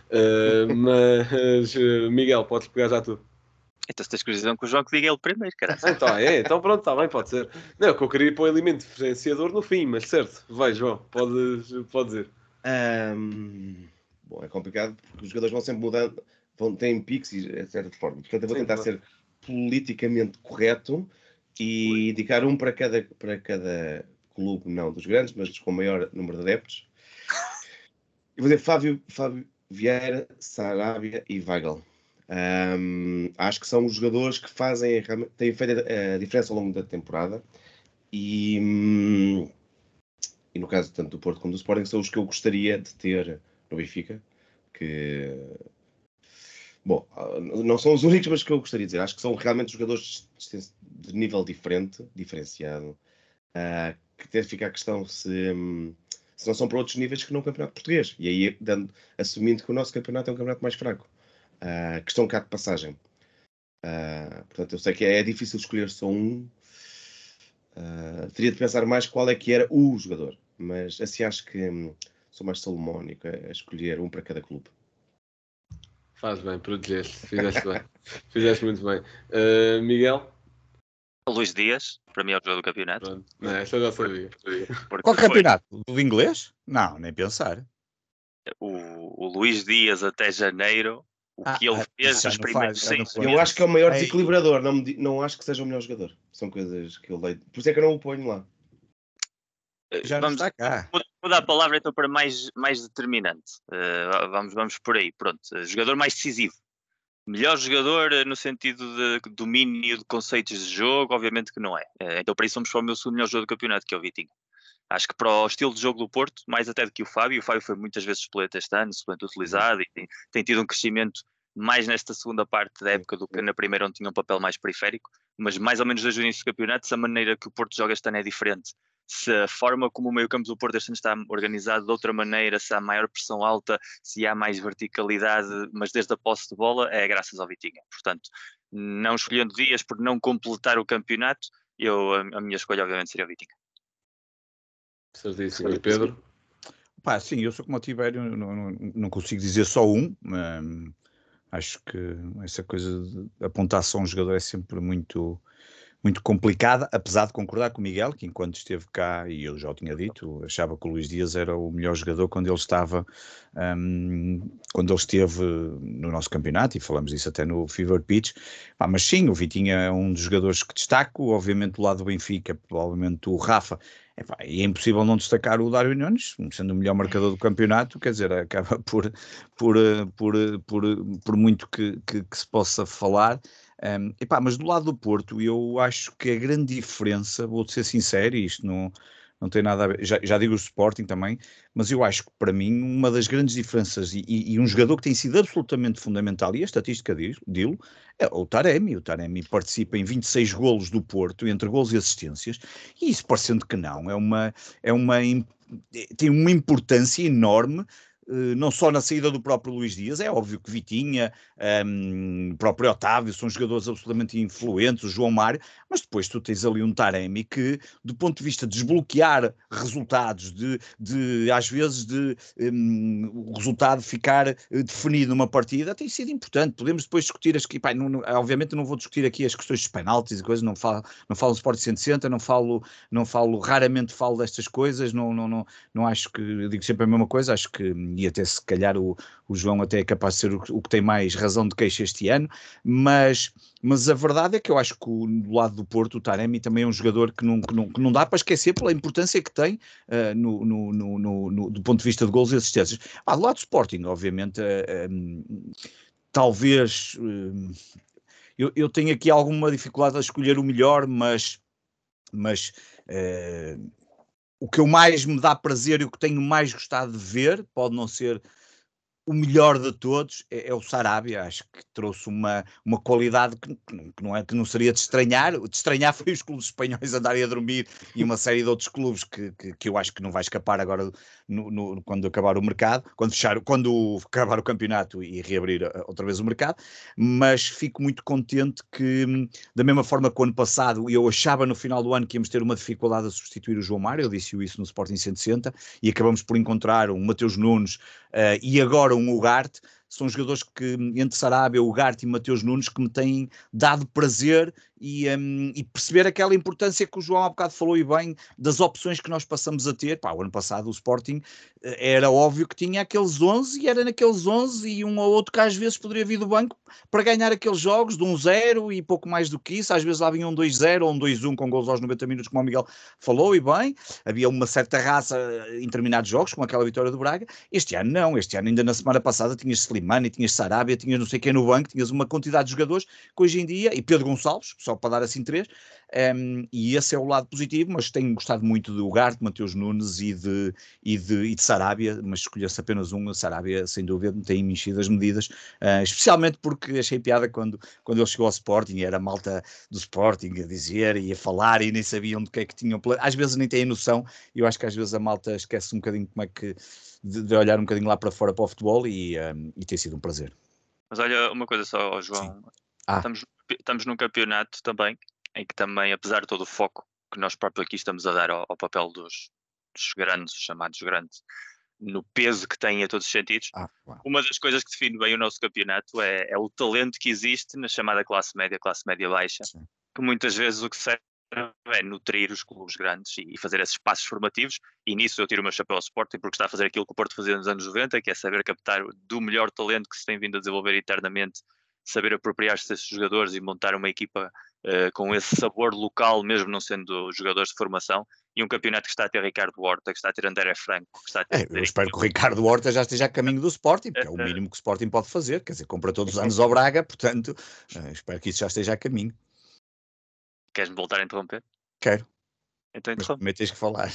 Mas Miguel, podes pegar já tu. Então se tens curiosidade com o João, que diga ele primeiro, caralho. Então pronto, está bem, pode ser. Não, que eu queria ir para o elemento diferenciador no fim, mas certo, vai João, pode dizer. Bom, é complicado porque os jogadores vão sempre mudando, têm piques e de certa forma. Portanto, eu vou tentar ser politicamente correto e indicar um para cada clube, não dos grandes, mas com maior número de adeptos. E vou dizer Fábio Vieira, Sarabia e Weigl. Acho que são os jogadores que têm feito a diferença ao longo da temporada e no caso tanto do Porto como do Sporting são os que eu gostaria de ter no Benfica, que bom, não são os únicos, mas que eu gostaria de dizer, acho que são realmente jogadores de nível diferenciado, que até fica a questão se não são para outros níveis que não o campeonato português, e aí assumindo que o nosso campeonato é um campeonato mais fraco. Questão cá de passagem. Portanto, eu sei que é difícil escolher só um. Teria de pensar mais qual é que era o jogador. Mas assim acho que sou mais salomónico a escolher um para cada clube. Faz bem, protegeste. Fizeste bem. Fizeste muito bem. Miguel? Luís Dias, para mim é o jogador do campeonato. Pronto. Não, essa eu já sabia. Qual campeonato? Do inglês? Não, nem pensar. O Luís Dias até janeiro, o que ele fez nos primeiros 6 meses. Eu acho que é o maior desequilibrador, não acho que seja o melhor jogador. São coisas que eu leio. Por isso é que eu não o ponho lá. Já não está cá. Vou dar a palavra então para mais determinante. Vamos por aí. Pronto. Jogador mais decisivo. Melhor jogador no sentido de domínio de conceitos de jogo, obviamente que não é. Então para isso vamos para o meu segundo melhor jogador do campeonato, que é o Vitinho. Acho que para o estilo de jogo do Porto, mais até do que o Fábio foi muitas vezes suplente este ano, suplente utilizado e tem tido um crescimento mais nesta segunda parte da época do que na primeira, onde tinha um papel mais periférico, mas mais ou menos desde o início do campeonato, se a maneira que o Porto joga este ano é diferente, se a forma como o meio-campo do Porto este ano está organizado de outra maneira, se há maior pressão alta, se há mais verticalidade, mas desde a posse de bola, é graças ao Vitinha. Portanto, não escolhendo Dias por não completar o campeonato, a minha escolha obviamente seria o Vitinha. Certíssimo. E Pedro? Sim, eu sou como o Tibério, não consigo dizer só um. Acho que essa coisa de apontar só um jogador é sempre muito complicada, apesar de concordar com o Miguel, que enquanto esteve cá, e eu já o tinha dito, achava que o Luís Dias era o melhor jogador quando ele esteve no nosso campeonato, e falamos disso até no Fever Pitch. Mas sim, o Vitinha é um dos jogadores que destaco, obviamente do lado do Benfica, provavelmente o Rafa. E é impossível não destacar o Dário Nunes, sendo o melhor marcador do campeonato, quer dizer, acaba por muito que se possa falar. Mas do lado do Porto, eu acho que a grande diferença, vou ser sincero, e isto não tem nada a ver, já digo o Sporting também, mas eu acho que para mim uma das grandes diferenças e um jogador que tem sido absolutamente fundamental, e a estatística diz-lo, é o Taremi. O Taremi participa em 26 golos do Porto, entre golos e assistências, e isso, parecendo que não, tem uma importância enorme, não só na saída do próprio Luís Dias, é óbvio que Vitinha, o próprio Otávio são jogadores absolutamente influentes, o João Mário, mas depois tu tens ali um Taremi que, do ponto de vista de desbloquear resultados, às vezes o resultado ficar definido numa partida, tem sido importante. Podemos depois discutir obviamente não vou discutir aqui as questões dos penaltis e coisas, não falo do Sport 160, raramente falo destas coisas, não acho que, eu digo sempre a mesma coisa, acho que e até se calhar o João até é capaz de ser o que tem mais razão de queixa este ano, mas a verdade é que eu acho que do lado do Porto o Taremi também é um jogador que não dá para esquecer pela importância que tem do ponto de vista de golos e assistências. Do lado do Sporting, obviamente, talvez eu tenho aqui alguma dificuldade a escolher o melhor, mas o que eu mais me dá prazer e o que tenho mais gostado de ver, pode não ser o melhor de todos, é o Sarabia. Acho que trouxe uma qualidade que não seria de estranhar. De estranhar foi os clubes espanhóis andarem a dormir e uma série de outros clubes que eu acho que não vai escapar agora quando acabar o mercado, quando acabar o campeonato e reabrir outra vez o mercado. Mas fico muito contente que, da mesma forma que o ano passado, eu achava no final do ano que íamos ter uma dificuldade a substituir o João Mário, eu disse isso no Sporting 160, e acabamos por encontrar um Mateus Nunes e agora um Ugarte. São jogadores que, entre Sarabia, Ugarte e Mateus Nunes, que me têm dado prazer e perceber aquela importância que o João há bocado falou e bem, das opções que nós passamos a ter. O ano passado o Sporting era óbvio que tinha aqueles 11 e era naqueles 11 e um ou outro que às vezes poderia vir do banco para ganhar aqueles jogos de 1-0 e pouco mais do que isso. Às vezes lá vinha um 2-0 ou um 2-1 com golos aos 90 minutos, como o Miguel falou e bem. Havia uma certa raça em determinados jogos, com aquela vitória do Braga. Este ano não, este ano ainda na semana passada tinhas Slimani, tinhas Sarabia, tinhas não sei quem no banco, tinhas uma quantidade de jogadores que hoje em dia, e Pedro Gonçalves, só para dar assim 3, e esse é o lado positivo, mas tenho gostado muito de Ugarte, Mateus Nunes e de Sarabia, mas escolher-se apenas um, Sarabia sem dúvida me tem enchido as medidas, especialmente porque achei piada quando ele chegou ao Sporting e era a malta do Sporting a dizer e a falar e nem sabiam do que é que tinham, às vezes nem têm noção, e eu acho que às vezes a malta esquece um bocadinho como é que de olhar um bocadinho lá para fora para o futebol e tem sido um prazer. Mas olha, uma coisa só, João, estamos num campeonato também, em que também, apesar de todo o foco que nós próprios aqui estamos a dar ao papel dos grandes, chamados grandes, no peso que têm a todos os sentidos, uma das coisas que define bem o nosso campeonato é o talento que existe na chamada classe média baixa, que muitas vezes o que serve é nutrir os clubes grandes e fazer esses passos formativos, e nisso eu tiro o meu chapéu ao Sporting, porque está a fazer aquilo que o Porto fazia nos anos 90, que é saber captar do melhor talento que se tem vindo a desenvolver internamente, saber apropriar-se desses jogadores e montar uma equipa com esse sabor local, mesmo não sendo jogadores de formação, e um campeonato que está a ter Ricardo Horta, que está a ter André Franco, que está a ter... Eu espero que o Ricardo Horta já esteja a caminho do Sporting, porque é o mínimo que o Sporting pode fazer, quer dizer, compra todos os anos ao Braga, portanto, espero que isso já esteja a caminho. Queres-me voltar a interromper? Quero. Então mas também tens que falar.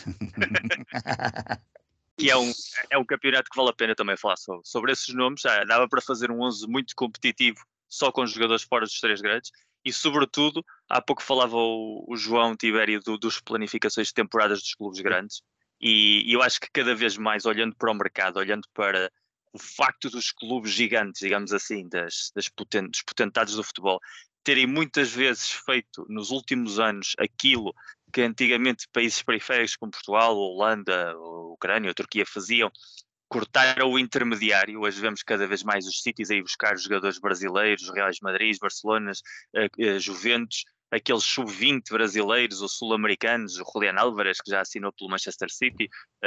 Que é um campeonato que vale a pena também falar sobre esses nomes. Já dava para fazer um 11 muito competitivo, só com os jogadores fora dos 3 grandes. E, sobretudo, há pouco falava o João Tibério dos planificações de temporadas dos clubes grandes. E eu acho que cada vez mais, olhando para o mercado, olhando para o facto dos clubes gigantes, digamos assim, dos potentados do futebol, terem muitas vezes feito nos últimos anos aquilo que antigamente países periféricos como Portugal, Holanda, Ucrânia ou Turquia faziam, cortaram o intermediário. Hoje vemos cada vez mais os sítios aí buscar jogadores brasileiros, Reais Madrid, Barcelona, Juventus, aqueles sub-20 brasileiros ou sul-americanos, o Julián Álvares, que já assinou pelo Manchester City,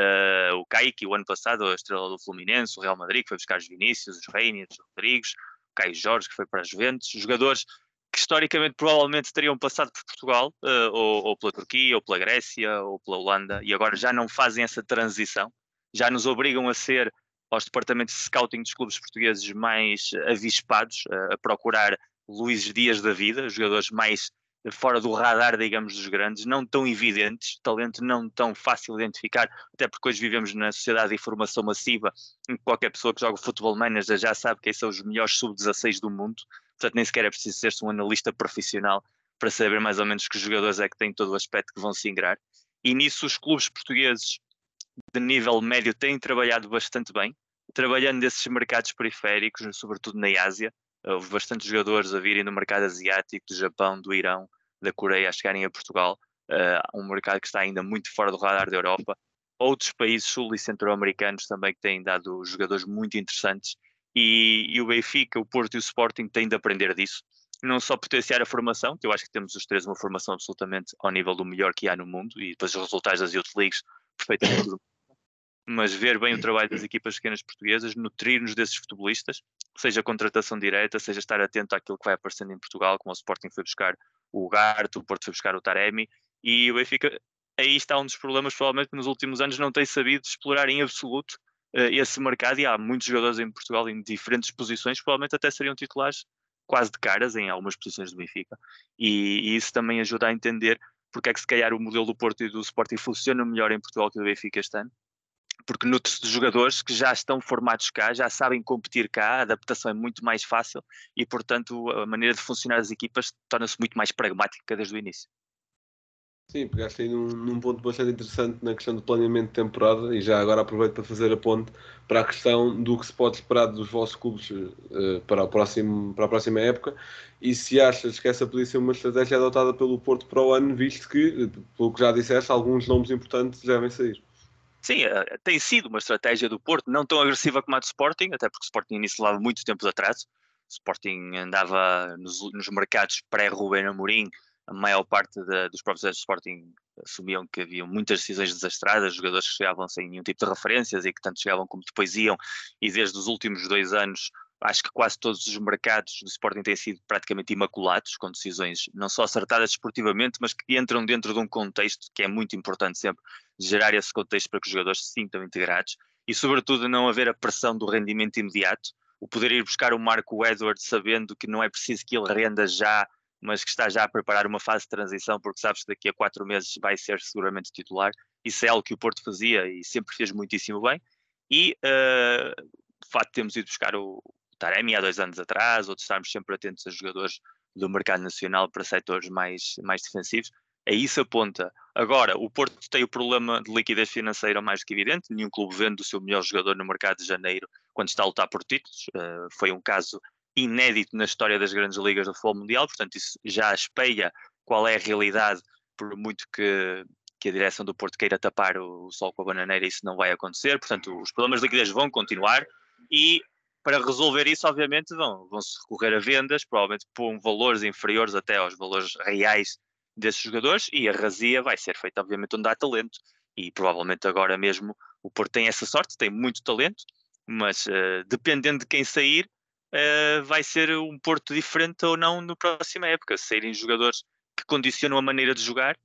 o Kaique, o ano passado, a estrela do Fluminense, o Real Madrid, que foi buscar os Vinícius, os Reinier, os Rodrigues, o Caio Jorge, que foi para a Juventus, jogadores que historicamente provavelmente teriam passado por Portugal, ou pela Turquia, ou pela Grécia, ou pela Holanda, e agora já não fazem essa transição, já nos obrigam a ser, aos departamentos de scouting dos clubes portugueses, mais avispados, a procurar Luís Dias da vida, jogadores mais fora do radar, digamos, dos grandes, não tão evidentes, talento não tão fácil de identificar, até porque hoje vivemos na sociedade de informação massiva, em que qualquer pessoa que joga Futebol Manager já sabe quem são os melhores sub-16 do mundo. Portanto, nem sequer é preciso ser-se um analista profissional para saber mais ou menos que jogadores é que têm todo o aspecto que vão se ingrar. E nisso os clubes portugueses de nível médio têm trabalhado bastante bem, trabalhando nesses mercados periféricos, sobretudo na Ásia. Houve bastantes jogadores a virem do mercado asiático, do Japão, do Irão, da Coreia, a chegarem a Portugal. Um mercado que está ainda muito fora do radar da Europa. Outros países sul e centro-americanos também que têm dado jogadores muito interessantes. E o Benfica, o Porto e o Sporting têm de aprender disso. Não só potenciar a formação, que eu acho que temos os três uma formação absolutamente ao nível do melhor que há no mundo, e depois os resultados das Youth Leagues perfeitamente mas ver bem o trabalho das equipas pequenas portuguesas, nutrir-nos desses futebolistas, seja contratação direta, seja estar atento àquilo que vai aparecendo em Portugal, como o Sporting foi buscar o Ugarte, o Porto foi buscar o Taremi, e o Benfica, aí está um dos problemas, provavelmente, que nos últimos anos não tem sabido explorar em absoluto esse mercado, e há muitos jogadores em Portugal em diferentes posições, provavelmente até seriam titulares quase de caras em algumas posições do Benfica, e isso também ajuda a entender porque é que se calhar o modelo do Porto e do Sporting funciona melhor em Portugal que o do Benfica este ano, porque nutre-se de jogadores que já estão formados cá, já sabem competir cá, a adaptação é muito mais fácil e, portanto, a maneira de funcionar as equipas torna-se muito mais pragmática desde o início. Sim, pegaste aí num ponto bastante interessante na questão do planeamento de temporada, e já agora aproveito para fazer a ponte para a questão do que se pode esperar dos vossos clubes para a próxima época, e se achas que essa podia ser uma estratégia adotada pelo Porto para o ano, visto que, pelo que já disseste, alguns nomes importantes devem sair. Sim, tem sido uma estratégia do Porto, não tão agressiva como a do Sporting, até porque o Sporting iniciou leva muito tempo de atraso. O Sporting andava nos mercados pré-Rubén Amorim, a maior parte dos professores do Sporting assumiam que haviam muitas decisões desastradas, jogadores que chegavam sem nenhum tipo de referências e que tanto chegavam como depois iam, e desde os últimos 2 anos acho que quase todos os mercados do Sporting têm sido praticamente imaculados, com decisões não só acertadas desportivamente, mas que entram dentro de um contexto que é muito importante sempre, gerar esse contexto para que os jogadores se sintam integrados e, sobretudo, não haver a pressão do rendimento imediato, o poder ir buscar o Marco Edwards sabendo que não é preciso que ele renda já, mas que está já a preparar uma fase de transição, porque sabes que daqui a 4 meses vai ser seguramente titular. Isso é algo que o Porto fazia e sempre fez muitíssimo bem. E o facto de termos ido buscar o Taremi há 2 anos atrás, ou de estarmos sempre atentos a jogadores do mercado nacional para setores mais defensivos, a isso aponta. Agora, o Porto tem o problema de liquidez financeira mais do que evidente, nenhum clube vende o seu melhor jogador no mercado de janeiro quando está a lutar por títulos, foi um caso inédito na história das grandes ligas do futebol mundial, portanto isso já espelha qual é a realidade, por muito que a direção do Porto queira tapar o sol com a bananeira, isso não vai acontecer, portanto os problemas de liquidez vão continuar e para resolver isso, obviamente, vão-se recorrer a vendas, provavelmente por valores inferiores até aos valores reais desses jogadores, e a razia vai ser feita, obviamente, onde há talento. E provavelmente agora mesmo o Porto tem essa sorte, tem muito talento, mas dependendo de quem sair, vai ser um Porto diferente ou não na próxima época. Se saírem jogadores que condicionam a maneira de jogar,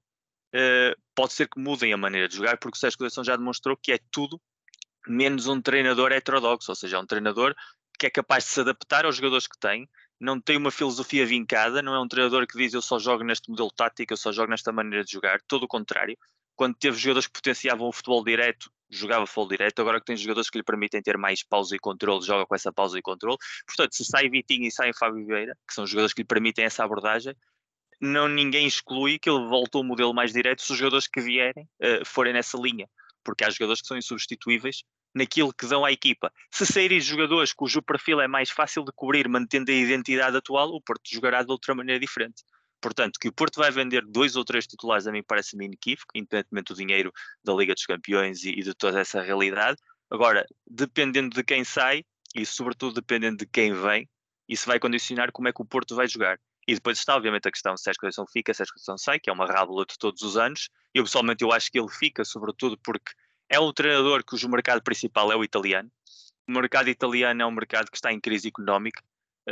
pode ser que mudem a maneira de jogar, porque o Sérgio Conceição já demonstrou que é tudo menos um treinador heterodoxo, ou seja, é um treinador que é capaz de se adaptar aos jogadores que tem, não tem uma filosofia vincada, não é um treinador que diz eu só jogo neste modelo tático, eu só jogo nesta maneira de jogar, todo o contrário. Quando teve jogadores que potenciavam o futebol direto, jogava futebol direto, agora que tem jogadores que lhe permitem ter mais pausa e controle, joga com essa pausa e controle. Portanto, se sai Vitinho e sai Fábio Vieira, que são jogadores que lhe permitem essa abordagem, ninguém exclui que ele volte ao modelo mais direto se os jogadores que vierem forem nessa linha, porque há jogadores que são insubstituíveis naquilo que dão à equipa. Se saírem jogadores cujo perfil é mais fácil de cobrir, mantendo a identidade atual, o Porto jogará de outra maneira diferente. Portanto, que o Porto vai vender 2 ou 3 titulares a mim parece-me inequívoco, independentemente do dinheiro da Liga dos Campeões e de toda essa realidade. Agora, dependendo de quem sai e sobretudo dependendo de quem vem, isso vai condicionar como é que o Porto vai jogar. E depois está, obviamente, a questão se Sérgio Conceição fica, se Sérgio Conceição sai, que é uma rábula de todos os anos. Eu, pessoalmente, eu acho que ele fica, sobretudo porque é um treinador cujo mercado principal é o italiano. O mercado italiano é um mercado que está em crise económica.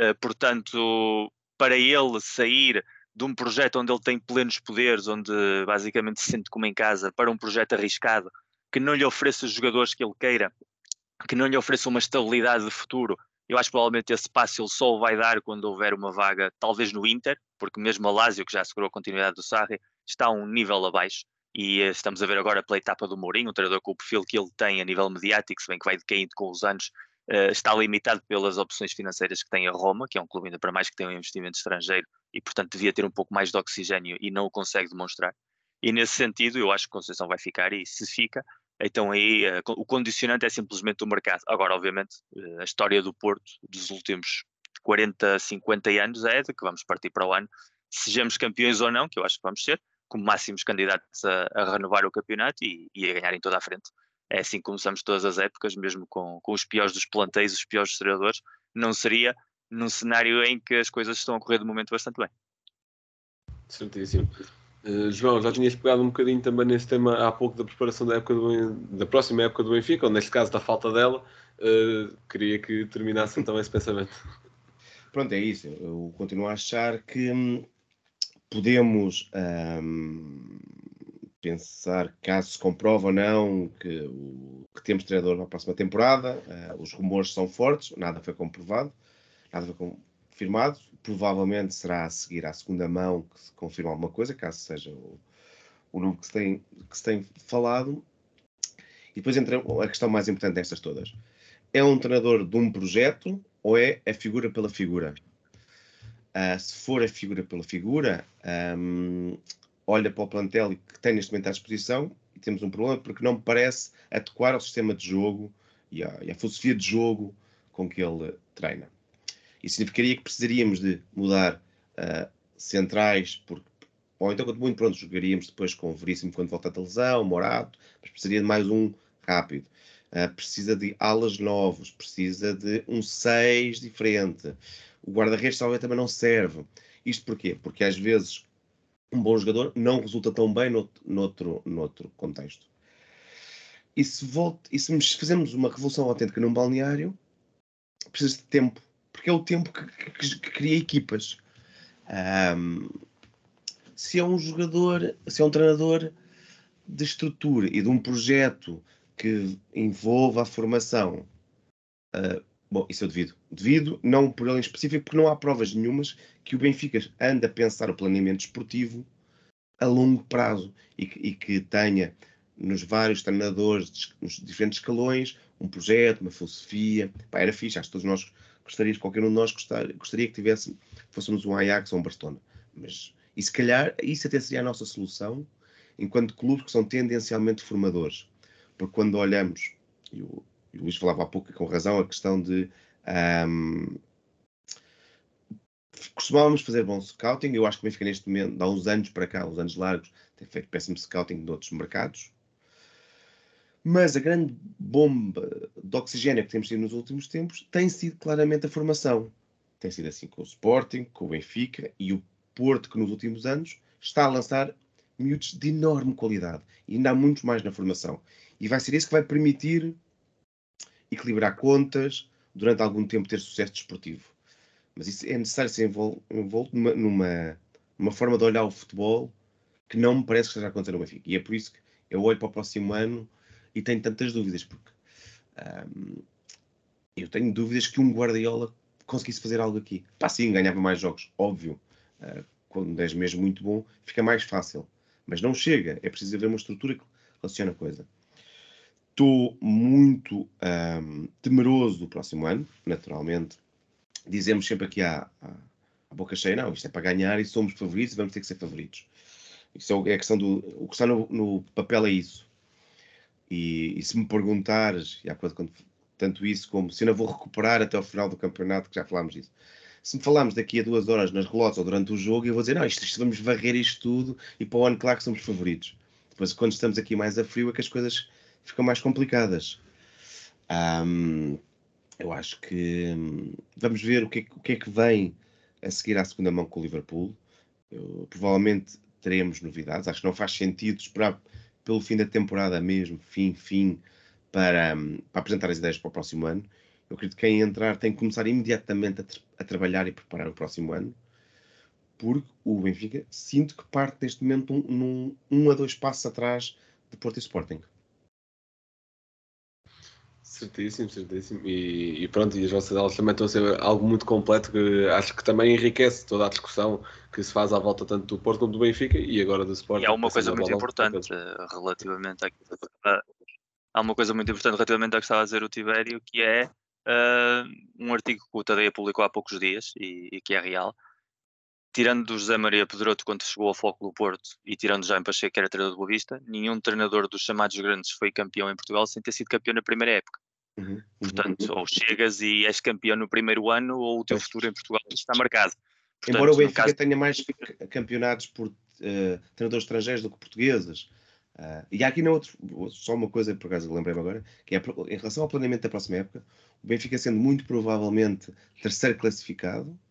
Portanto, para ele sair de um projeto onde ele tem plenos poderes, onde basicamente se sente como em casa, para um projeto arriscado, que não lhe ofereça os jogadores que ele queira, que não lhe ofereça uma estabilidade de futuro, eu acho que provavelmente esse passo ele só o vai dar quando houver uma vaga, talvez no Inter, porque mesmo a Lazio, que já assegurou a continuidade do Sarri, está a um nível abaixo. E estamos a ver agora pela etapa do Mourinho, um treinador com o perfil que ele tem a nível mediático, se bem que vai decaindo com os anos, está limitado pelas opções financeiras que tem a Roma, que é um clube ainda para mais que tem um investimento estrangeiro e, portanto, devia ter um pouco mais de oxigênio e não o consegue demonstrar. E nesse sentido, eu acho que a Conceição vai ficar, e se fica, então aí o condicionante é simplesmente o mercado. Agora, obviamente, a história do Porto dos últimos 40, 50 anos é de que vamos partir para o ano, sejamos campeões ou não, que eu acho que vamos ser, como máximos candidatos a renovar o campeonato e a ganhar em toda a frente. É assim que começamos todas as épocas, mesmo com os piores dos plantéis, os piores dos treinadores, não seria num cenário em que as coisas estão a correr de momento bastante bem. Certíssimo. João, já tinhas pegado um bocadinho também nesse tema há pouco da preparação da próxima época do Benfica, ou neste caso da falta dela. Queria que terminasse então esse pensamento. Pronto, é isso. Eu continuo a achar que podemos pensar, caso se comprove ou não, que temos treinador para a próxima temporada. Os rumores são fortes, nada foi comprovado, nada foi confirmado. Provavelmente será a seguir à segunda mão que se confirma alguma coisa, caso seja o nome que se tem falado. E depois entra a questão mais importante destas todas. É um treinador de um projeto ou é a figura pela figura? Se for a figura pela figura, olha para o plantel que tem neste momento à disposição e temos um problema porque não me parece adequar ao sistema de jogo e à filosofia de jogo com que ele treina. Isso significaria que precisaríamos de mudar centrais, ou então, quanto muito pronto, jogaríamos depois com o Veríssimo quando volta da lesão, Morato, mas precisaria de mais um rápido. Precisa de alas novos, precisa de um 6 diferente. O guarda-redes talvez também não serve. Isto porquê? Porque às vezes um bom jogador não resulta tão bem noutro contexto. E se fazemos uma revolução autêntica num balneário, precisa de tempo. Porque é o tempo que cria equipas. Se é um treinador de estrutura e de um projeto que envolva a formação, bom, isso eu devido, não por ele em específico, porque não há provas nenhumas que o Benfica ande a pensar o planeamento esportivo a longo prazo e que tenha nos vários treinadores, nos diferentes escalões, um projeto, uma filosofia. Era fixe, acho que todos nós qualquer um de nós gostaria que fôssemos um Ajax ou um Barcelona. Mas, e se calhar, isso até seria a nossa solução, enquanto clubes que são tendencialmente formadores. Porque quando olhamos, e o Luís falava há pouco com razão, a questão de costumávamos fazer bom scouting. Eu acho que o Benfica neste momento, há uns anos para cá, uns anos largos, tem feito péssimo scouting de outros mercados. Mas a grande bomba de oxigênio que temos tido nos últimos tempos tem sido claramente a formação. Tem sido assim com o Sporting, com o Benfica e o Porto, que nos últimos anos está a lançar miúdos de enorme qualidade. E ainda há muitos mais na formação. E vai ser isso que vai permitir equilibrar contas, durante algum tempo ter sucesso desportivo. Mas isso é necessário ser envolto numa forma de olhar o futebol que não me parece que esteja a acontecer no Benfica. E é por isso que eu olho para o próximo ano e tenho tantas dúvidas, porque eu tenho dúvidas que um Guardiola conseguisse fazer algo aqui. Pá, sim, ganhava mais jogos, óbvio. Quando és mesmo muito bom, fica mais fácil. Mas não chega, é preciso haver uma estrutura que relaciona a coisa. Estou muito temeroso do próximo ano, naturalmente. Dizemos sempre aqui à boca cheia, não, isto é para ganhar e somos favoritos e vamos ter que ser favoritos. Isso é a questão o que está no papel é isso. E se me perguntares, e há quando tanto isso como se eu não vou recuperar até ao final do campeonato, que já falámos disso. Se me falarmos daqui a 2 horas nas relotes ou durante o jogo, eu vou dizer, não, isto vamos varrer isto tudo e para o ano claro que somos favoritos. Depois, quando estamos aqui mais a frio, é que as coisas ficam mais complicadas. Eu acho que vamos ver o que é que vem a seguir à segunda mão com o Liverpool. Provavelmente teremos novidades. Acho que não faz sentido esperar pelo fim da temporada mesmo, fim, para apresentar as ideias para o próximo ano. Eu acredito que quem entrar tem que começar imediatamente a trabalhar e preparar o próximo ano, porque o Benfica sinto que parte neste momento num 1 a 2 passos atrás de Porto e Sporting. Certíssimo. E pronto, e as vossas aulas também estão a ser algo muito completo que acho que também enriquece toda a discussão que se faz à volta tanto do Porto como do Benfica e agora do Sporting. E há uma coisa muito importante relativamente há uma coisa muito importante relativamente ao que estava a dizer o Tibério, que é um artigo que o Tadeia publicou há poucos dias e que é real. Tirando do José Maria Pedroto quando chegou ao Foco do Porto e tirando Jaime Pacheco, que era treinador do Boa Vista, nenhum treinador dos chamados grandes foi campeão em Portugal sem ter sido campeão na primeira época. Portanto, ou chegas e és campeão no primeiro ano ou o teu futuro em Portugal está marcado. Portanto, embora o Benfica tenha mais campeonatos por treinadores estrangeiros do que portugueses. E há aqui só uma coisa, por acaso lembrei-me agora, que é em relação ao planeamento da próxima época, o Benfica sendo muito provavelmente terceiro classificado,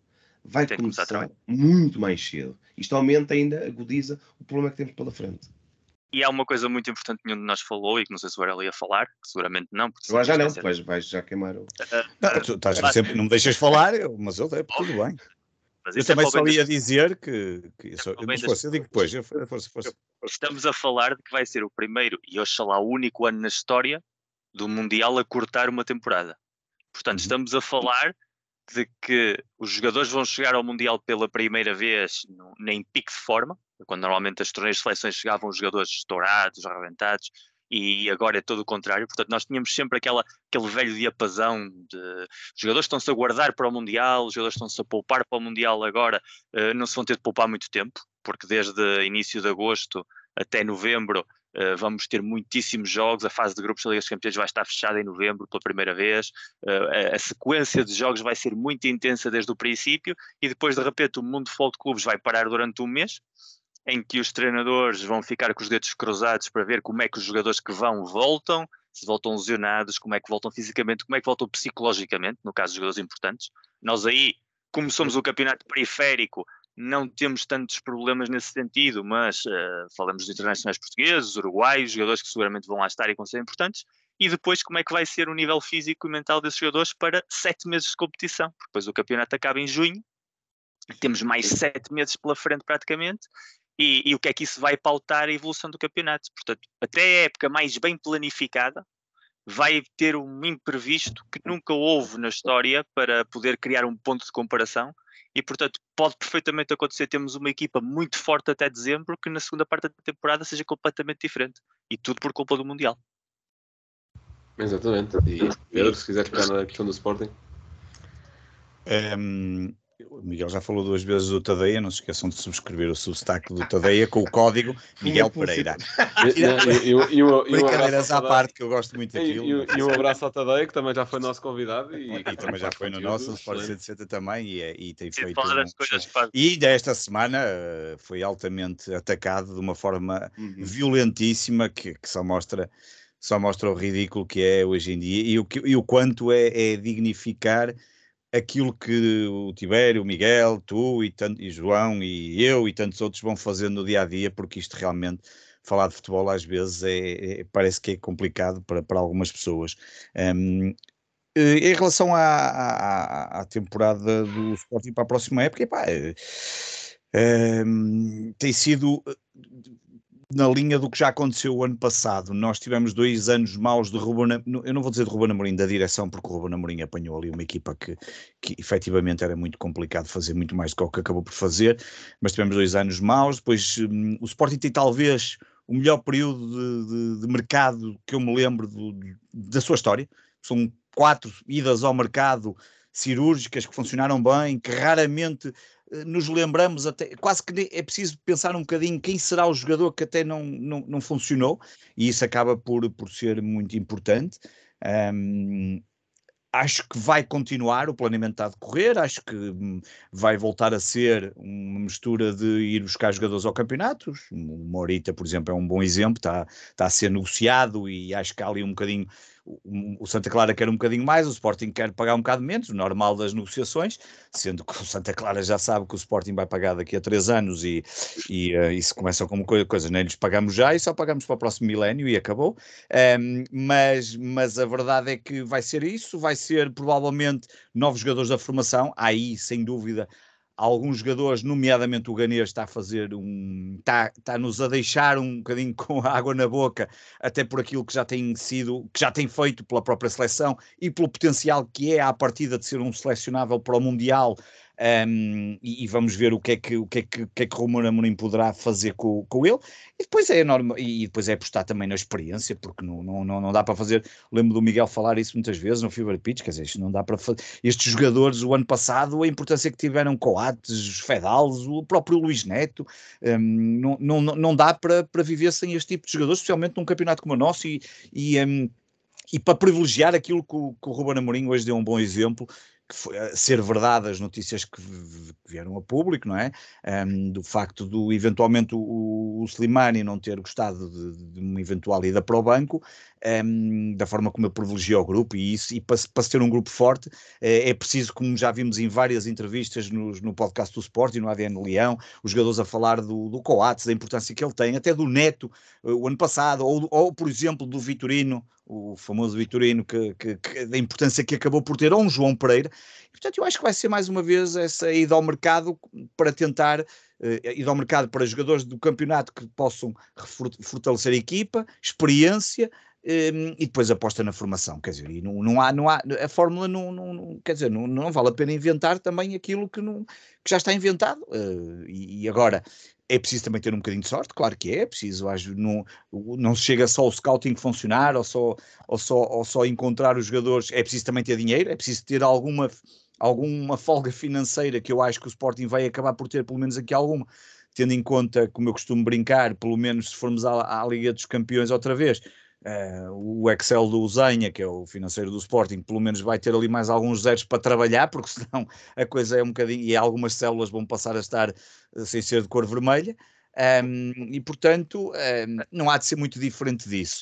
vai começar muito mais cedo. Isto aumenta ainda, agudiza o problema que temos pela frente. E há uma coisa muito importante que nenhum de nós falou e que não sei se o Varela ia falar, que seguramente não. Agora já não, vais já queimar o... Não, tu estás sempre, não me deixas falar, mas eu tudo bem. Eu também só ia dizer que mas força, eu digo depois. Força. Estamos a falar de que vai ser o primeiro e oxalá o único ano na história do Mundial a cortar uma temporada. Portanto, estamos a falar de que os jogadores vão chegar ao Mundial pela primeira vez em pico de forma, quando normalmente as torneios de seleções chegavam os jogadores estourados, arrebentados, e agora é todo o contrário. Portanto, nós tínhamos sempre aquele velho diapasão de os jogadores estão-se a guardar para o Mundial, os jogadores estão-se a poupar para o Mundial agora, não se vão ter de poupar muito tempo, porque desde início de agosto até novembro vamos ter muitíssimos jogos, a fase de grupos da Liga dos Campeões vai estar fechada em novembro pela primeira vez, a sequência de jogos vai ser muito intensa desde o princípio e depois de repente o mundo de futebol de clubes vai parar durante um mês, em que os treinadores vão ficar com os dedos cruzados para ver como é que os jogadores que voltam, se voltam lesionados, como é que voltam fisicamente, como é que voltam psicologicamente, no caso dos jogadores importantes. Nós aí, como somos o campeonato periférico, não temos tantos problemas nesse sentido, mas falamos dos internacionais portugueses, uruguaios, jogadores que seguramente vão lá estar e vão ser importantes, e depois como é que vai ser o nível físico e mental desses jogadores para 7 meses de competição, porque depois o campeonato acaba em junho, temos mais 7 meses pela frente praticamente, e o que é que isso vai pautar a evolução do campeonato. Portanto, até a época mais bem planificada vai ter um imprevisto que nunca houve na história para poder criar um ponto de comparação e, portanto, pode perfeitamente acontecer. Temos uma equipa muito forte até dezembro que na segunda parte da temporada seja completamente diferente. E tudo por culpa do Mundial. Exatamente. E Pedro, se quiser ficar na questão do Sporting. O Miguel já falou 2 vezes do Tadeia, não se esqueçam de subscrever o Substack do Tadeia com o código Miguel Pereira. Brincadeiras à parte, que eu gosto muito daquilo. E um abraço ao Tadeia, que também já foi nosso convidado. E também já foi no nosso, Sport 160 também, e tem feito... coisas e desta semana foi altamente atacado de uma forma violentíssima, que só mostra o ridículo que é hoje em dia e o quanto é dignificar aquilo que o Tibério, o Miguel, tu e João e eu e tantos outros vão fazendo no dia-a-dia, porque isto realmente, falar de futebol às vezes parece que é complicado para algumas pessoas. Em relação à temporada do Sporting para a próxima época, tem sido... na linha do que já aconteceu o ano passado. Nós tivemos 2 anos maus de Ruben, eu não vou dizer de Ruben Amorim, da direção, porque o Ruben Amorim apanhou ali uma equipa que efetivamente era muito complicado fazer muito mais do que o que acabou por fazer, mas tivemos 2 anos maus. Depois o Sporting tem talvez o melhor período de mercado que eu me lembro da sua história. São 4 idas ao mercado cirúrgicas que funcionaram bem, que raramente nos lembramos, até quase que é preciso pensar um bocadinho quem será o jogador que até não funcionou, e isso acaba por ser muito importante. Acho que vai continuar, o planeamento está a decorrer, acho que vai voltar a ser uma mistura de ir buscar jogadores ao campeonato. O Morita, por exemplo, é um bom exemplo, está a ser negociado e acho que há ali um bocadinho, o Santa Clara quer um bocadinho mais, o Sporting quer pagar um bocado menos, o normal das negociações, sendo que o Santa Clara já sabe que o Sporting vai pagar daqui a 3 anos e isso começa como coisa, nem lhes pagamos já e só pagamos para o próximo milénio e acabou. Mas a verdade é que vai ser isso, vai ser provavelmente novos jogadores da formação. Há aí, sem dúvida, alguns jogadores, nomeadamente o Ganês, está-nos a deixar um bocadinho com a água na boca, até por aquilo que já tem feito pela própria seleção e pelo potencial que é à partida de ser um selecionável para o Mundial. E vamos ver o que é que Ruben Amorim poderá fazer com ele, e depois é apostar também na experiência, porque não dá para fazer. Lembro do Miguel falar isso muitas vezes no Fever Pitch, quer dizer, isto não dá para fazer. Estes jogadores, o ano passado, a importância que tiveram Coates, Fedals, o próprio Luís Neto, não dá para viver sem este tipo de jogadores, especialmente num campeonato como o nosso, e para privilegiar aquilo que o Ruben Amorim hoje deu um bom exemplo, ser verdade as notícias que vieram a público, não é? Do facto do eventualmente o Slimani não ter gostado de uma eventual ida para o banco, da forma como ele privilegiou o grupo, e para se ter um grupo forte é preciso, como já vimos em várias entrevistas no podcast do Sport e no ADN Leão, os jogadores a falar do Coates, da importância que ele tem, até do Neto o ano passado, ou por exemplo do Vitorino, o famoso Vitorino, da importância que acabou por ter, ou um João Pereira. E, portanto, eu acho que vai ser mais uma vez essa ida ao mercado para tentar ir ao mercado para jogadores do campeonato que possam fortalecer a equipa, experiência, e depois aposta na formação. Quer dizer, e não há a fórmula quer dizer, não vale a pena inventar também aquilo que já está inventado. E agora é preciso também ter um bocadinho de sorte, claro que é preciso, não se chega só o scouting funcionar ou só encontrar os jogadores, é preciso também ter dinheiro, é preciso ter alguma folga financeira, que eu acho que o Sporting vai acabar por ter, pelo menos aqui alguma, tendo em conta, como eu costumo brincar, pelo menos se formos à Liga dos Campeões outra vez, o Excel do Usenha, que é o financeiro do Sporting, pelo menos vai ter ali mais alguns zeros para trabalhar, porque senão a coisa é um bocadinho, e algumas células vão passar a estar sem ser de cor vermelha, e portanto não há de ser muito diferente disso.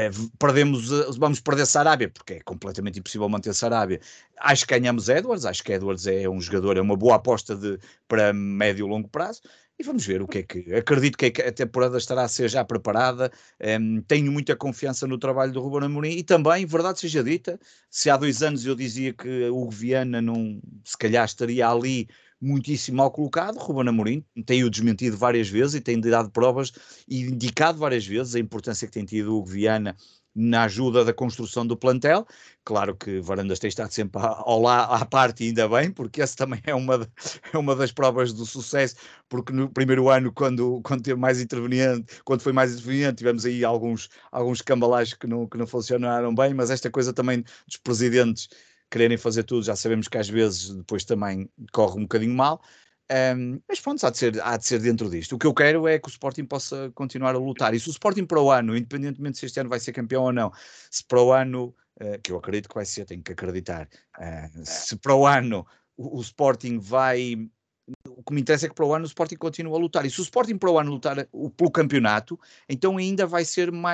Vamos perder Sarabia, porque é completamente impossível manter Sarabia. Acho que ganhamos Edwards, acho que Edwards é um jogador, é uma boa aposta para médio e longo prazo, e vamos ver o que é que... Acredito que a temporada estará a ser já preparada, tenho muita confiança no trabalho do Ruben Amorim, e também, verdade seja dita, se há 2 anos eu dizia que o Hugo Viana se calhar estaria ali muitíssimo mal colocado, Ruben Amorim tem-o desmentido várias vezes e tem dado provas e indicado várias vezes a importância que tem tido o Hugo Viana na ajuda da construção do plantel. Claro que Varandas tem estado sempre à parte, e ainda bem, porque essa também é uma das provas do sucesso, porque no primeiro ano, quando teve mais interveniente, quando foi mais interveniente, tivemos aí alguns cambalaches que não funcionaram bem, mas esta coisa também dos presidentes quererem fazer tudo, já sabemos que às vezes depois também corre um bocadinho mal. Mas pronto, há de ser dentro disto. O que eu quero é que o Sporting possa continuar a lutar. E se o Sporting para o ano, independentemente se este ano vai ser campeão ou não, se para o ano, que eu acredito que vai ser, tenho que acreditar, se para o ano o Sporting vai... O que me interessa é que para o ano o Sporting continue a lutar. E se o Sporting para o ano lutar pelo campeonato, então ainda vai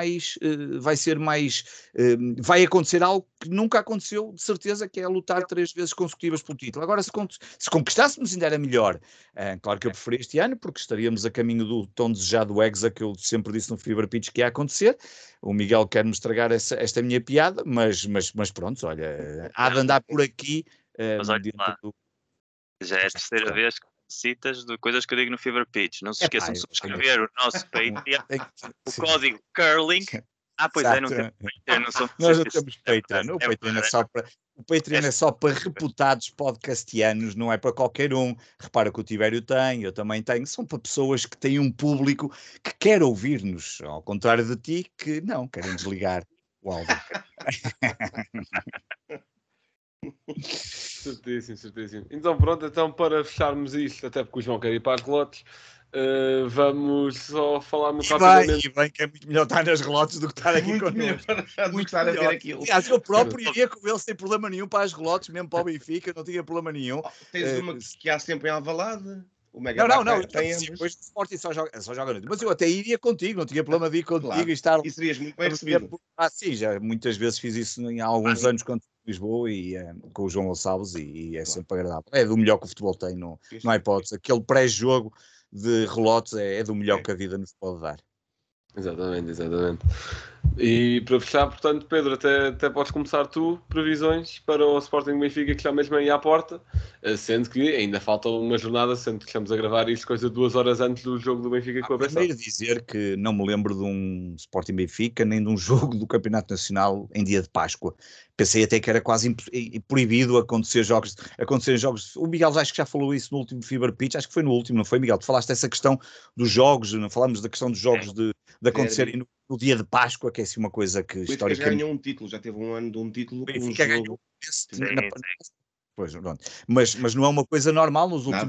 vai acontecer algo que nunca aconteceu, de certeza, que é lutar 3 vezes consecutivas pelo título. Agora, se conquistássemos, ainda era melhor. Claro que eu preferi este ano, porque estaríamos a caminho do tão desejado Hexa, que eu sempre disse no Fever Pitch que ia acontecer. O Miguel quer-me estragar esta minha piada, mas pronto, olha, há de andar por aqui. Mas olha lá, já é a terceira vez que citas de coisas que eu digo no Fever Pitch. Não se esqueçam de subscrever o nosso Patreon, o código Curling. Pois é, não temos Patreon. Nós não temos Patreon. O Patreon é só para reputados podcastianos, não é para qualquer um. Repara que o Tibério tem, eu também tenho. São para pessoas que têm um público que quer ouvir-nos, ao contrário de ti, que não, querem desligar o áudio. Certíssimo. Então pronto, para fecharmos isto, até porque o João quer ir para as relotes, vamos só falar muito rapidamente. E bem que é muito melhor estar nas relotes do que estar aqui connosco. Muito estar a ver aquilo. Aliás, eu próprio iria com ele sem problema nenhum para as relotes, mesmo para o Benfica, não tinha problema nenhum. Tens uma que há sempre em Alvalade. Não, depois o Sporting só joga noite. Mas eu até iria contigo, não tinha problema de ir contigo, claro. E estar... E serias muito bem recebido. Sim, já muitas vezes fiz isso há alguns anos quando fui em Lisboa e com o João Gonçalves e é sempre agradável. É do melhor que o futebol tem, não há hipótese. Aquele pré-jogo de relotes é do melhor que a vida nos pode dar. Exatamente. E para fechar, portanto, Pedro, até podes começar tu, previsões para o Sporting Benfica, que está mesmo aí à porta, sendo que ainda falta uma jornada, sendo que estamos a gravar isto coisa 2 horas antes do jogo do Benfica com a Bessal. Primeiro dizer que não me lembro de um Sporting Benfica, nem de um jogo do Campeonato Nacional em dia de Páscoa. Pensei até que era quase proibido acontecer jogos. O Miguel acho que já falou isso no último Fever Pitch, acho que foi no último, não foi, Miguel? Tu falaste dessa questão dos jogos, não falámos da questão dos jogos de acontecerem no dia de Páscoa, que é assim uma coisa que historicamente... ganhou um título, já teve um ano de um título. Ganhou pois, pronto. Mas não é uma coisa normal nos últimos anos.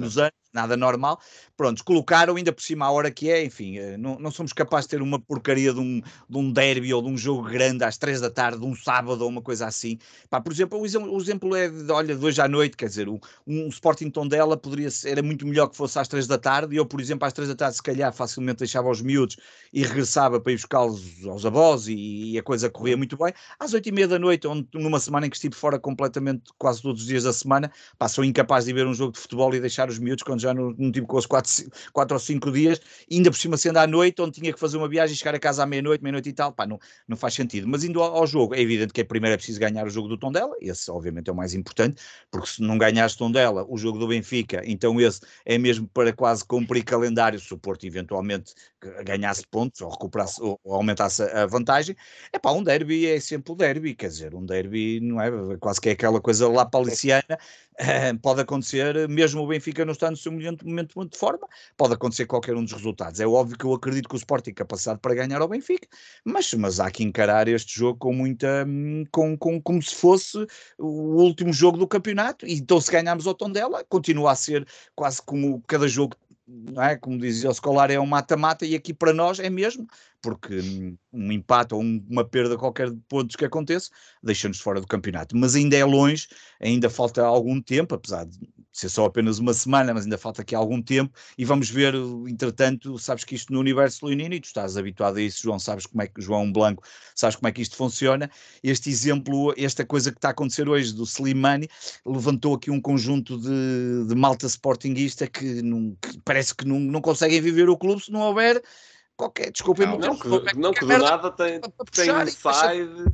nada normal. Pronto, colocaram ainda por cima a hora que é, enfim, não somos capazes de ter uma porcaria de um derby ou de um jogo grande às 3 da tarde, de um sábado ou uma coisa assim. Pá, por exemplo, o exemplo é de, olha, de hoje à noite, quer dizer, um Sporting Tondela era muito melhor que fosse às 3 da tarde, e eu, por exemplo, às 3 da tarde, se calhar, facilmente deixava os miúdos e regressava para ir buscá-los aos avós, e a coisa corria muito bem. Às 8h30 da noite, onde, numa semana em que estive fora completamente quase todos os dias da semana, pá, sou incapaz de ver um jogo de futebol e deixar os miúdos quando já não tive com os 4 ou 5 dias, ainda por cima sendo à noite, onde tinha que fazer uma viagem e chegar a casa à meia-noite e tal, pá, não faz sentido. Mas indo ao jogo, é evidente que primeiro é preciso ganhar o jogo do Tondela, esse obviamente é o mais importante, porque se não ganhares Tondela, o jogo do Benfica, então esse é mesmo para quase cumprir calendário, se o Porto eventualmente ganhasse pontos ou recuperasse ou aumentasse a vantagem. É pá, um derby é sempre o derby, quer dizer, um derby não é quase que é aquela coisa lá paliciana. Pode acontecer, mesmo o Benfica não está no seu momento muito de forma, pode acontecer qualquer um dos resultados. É óbvio que eu acredito que o Sporting é capacidade para ganhar ao Benfica, mas há que encarar este jogo com muita, como se fosse o último jogo do campeonato, e então se ganharmos ao Tondela, continua a ser quase como cada jogo, não é? Como dizia o Scolari, é um mata-mata, e aqui para nós é mesmo, porque um empate ou uma perda qualquer de pontos que aconteça, deixa-nos fora do campeonato. Mas ainda é longe, ainda falta algum tempo, apesar de ser só apenas uma semana, mas ainda falta aqui algum tempo, e vamos ver, entretanto, sabes que isto no universo leonino, e tu estás habituado a isso, João, sabes como é que, João Blanco, sabes como é que isto funciona. Este exemplo, esta coisa que está a acontecer hoje do Slimani, levantou aqui um conjunto de malta sportinguista que parece que não conseguem viver o clube se não houver qualquer, desculpem-me, não que do nada tem inside,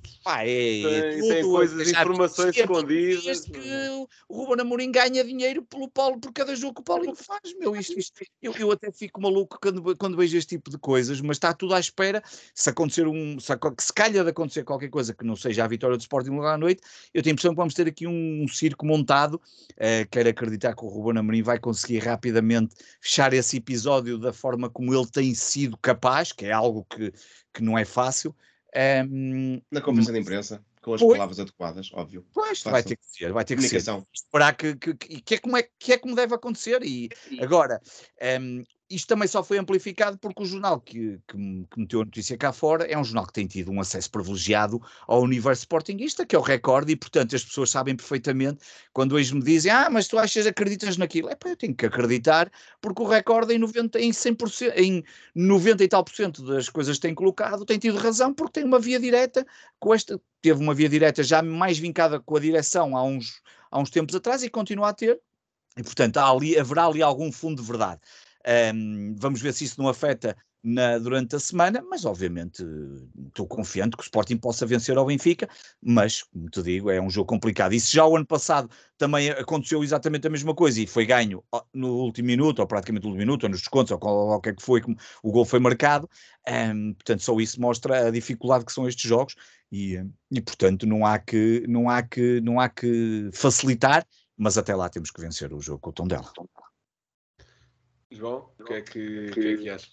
tem coisas, informações escondidas. Que o Ruben Amorim ganha dinheiro pelo Paulo, por cada jogo que o Paulinho faz, meu, eu até fico maluco quando vejo este tipo de coisas, mas está tudo à espera. Se acontecer se calhar de acontecer qualquer coisa que não seja a vitória do Sporting lá à noite, eu tenho a impressão que vamos ter aqui um circo montado. Quero acreditar que o Ruben Amorim vai conseguir rapidamente fechar esse episódio da forma como ele tem sido capaz, que é algo que não é fácil. Na conferência de imprensa, com as palavras adequadas, óbvio. Pois, vai ter que ser. Esperar que é como deve acontecer. E agora, isto também só foi amplificado porque o jornal que meteu a notícia cá fora é um jornal que tem tido um acesso privilegiado ao universo sportinguista, que é o Record, e portanto as pessoas sabem perfeitamente quando hoje me dizem, mas tu acreditas naquilo? Eu tenho que acreditar, porque o Record em 100%, em 90 e tal % das coisas que tem colocado, tem tido razão, porque tem uma via direta teve uma via direta já mais vincada com a direção há uns tempos atrás, e continua a ter, e portanto haverá ali algum fundo de verdade. Vamos ver se isso não afeta durante a semana, mas obviamente estou confiante que o Sporting possa vencer ao Benfica, mas, como te digo, é um jogo complicado. E se já o ano passado também aconteceu exatamente a mesma coisa e foi ganho no último minuto, ou praticamente no último minuto, ou nos descontos, ou qualquer que foi, como o gol foi marcado, portanto só isso mostra a dificuldade que são estes jogos, e portanto não há que facilitar, mas até lá temos que vencer o jogo com o Tondela. João, o que é que achas?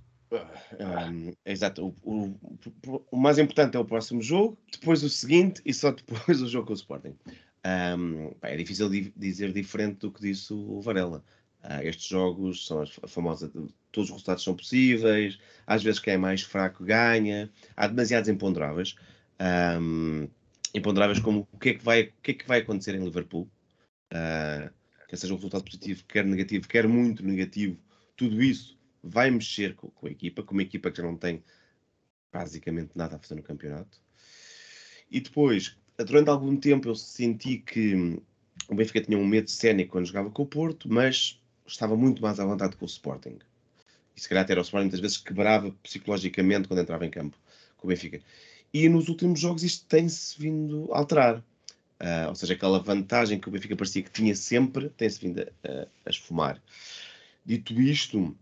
Exato, o mais importante é o próximo jogo, depois o seguinte e só depois o jogo com o Sporting. É difícil dizer diferente do que disse o Varela. Estes jogos são a famosa, todos os resultados são possíveis, às vezes quem é mais fraco ganha, há demasiados imponderáveis. Imponderáveis como o que é que vai acontecer em Liverpool, quer seja um resultado positivo, quer negativo, quer muito negativo, tudo isso vai mexer com a equipa, com uma equipa que já não tem basicamente nada a fazer no campeonato. E depois, durante algum tempo eu senti que o Benfica tinha um medo cénico quando jogava com o Porto, mas estava muito mais à vontade com o Sporting. E se calhar até o Sporting muitas vezes quebrava psicologicamente quando entrava em campo com o Benfica. E nos últimos jogos isto tem-se vindo a alterar. Ou seja, aquela vantagem que o Benfica parecia que tinha sempre, tem-se vindo a esfumar. Dito isto,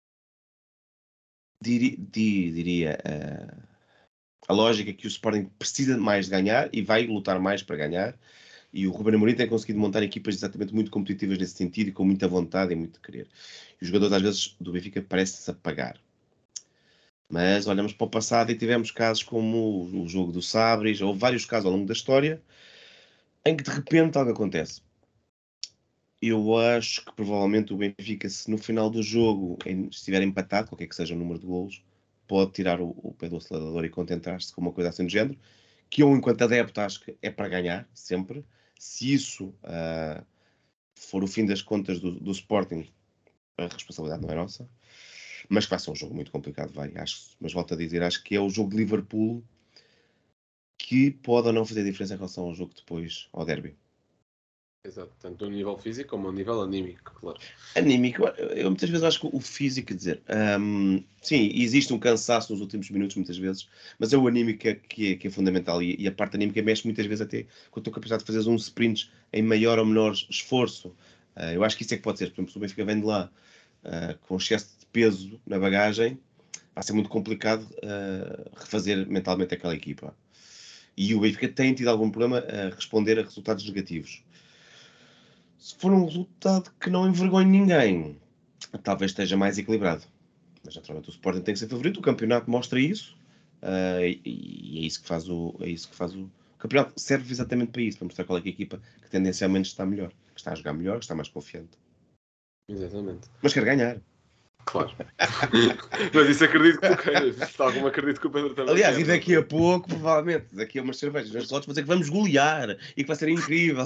diria a lógica é que o Sporting precisa mais de ganhar e vai lutar mais para ganhar, e o Ruben Amorim tem conseguido montar equipas exatamente muito competitivas nesse sentido e com muita vontade e muito querer. E os jogadores às vezes do Benfica parecem-se apagar. Mas olhamos para o passado e tivemos casos como o jogo do Sabres, ou vários casos ao longo da história, em que de repente algo acontece. Eu acho que provavelmente o Benfica, se no final do jogo estiver empatado, qualquer que seja o número de golos, pode tirar o pé do acelerador e contentar-se com uma coisa assim do género, que eu, enquanto adepto, acho que é para ganhar, sempre. Se isso for o fim das contas do Sporting, a responsabilidade não é nossa. Mas que vai ser um jogo muito complicado, mas volto a dizer, acho que é o jogo de Liverpool que pode ou não fazer diferença em relação ao jogo depois, ao derby. Exato, tanto a nível físico como a nível anímico, claro. Anímico, eu muitas vezes acho que o físico, quer dizer, sim, existe um cansaço nos últimos minutos, muitas vezes, mas é o anímico que é fundamental e a parte anímica mexe muitas vezes até com a tua capacidade de fazer uns sprints em maior ou menor esforço. Eu acho que isso é que pode ser, por exemplo, se o Benfica vem de lá com excesso de peso na bagagem, vai ser muito complicado refazer mentalmente aquela equipa. E o Benfica tem tido algum problema a responder a resultados negativos. Se for um resultado que não envergonhe ninguém, talvez esteja mais equilibrado. Mas naturalmente o Sporting tem que ser favorito, o campeonato mostra isso, e é isso que faz o campeonato serve exatamente para isso, para mostrar qual é que a equipa que tendencialmente está melhor, que está a jogar melhor, que está mais confiante. Exatamente. Mas quer ganhar. Claro. Mas isso acredito que tu queiras. Tal como acredito que o Pedro também Aliás, quer, e daqui a pouco, provavelmente, daqui a umas cervejas nas lotes, vou dizer que vamos golear e que vai ser incrível.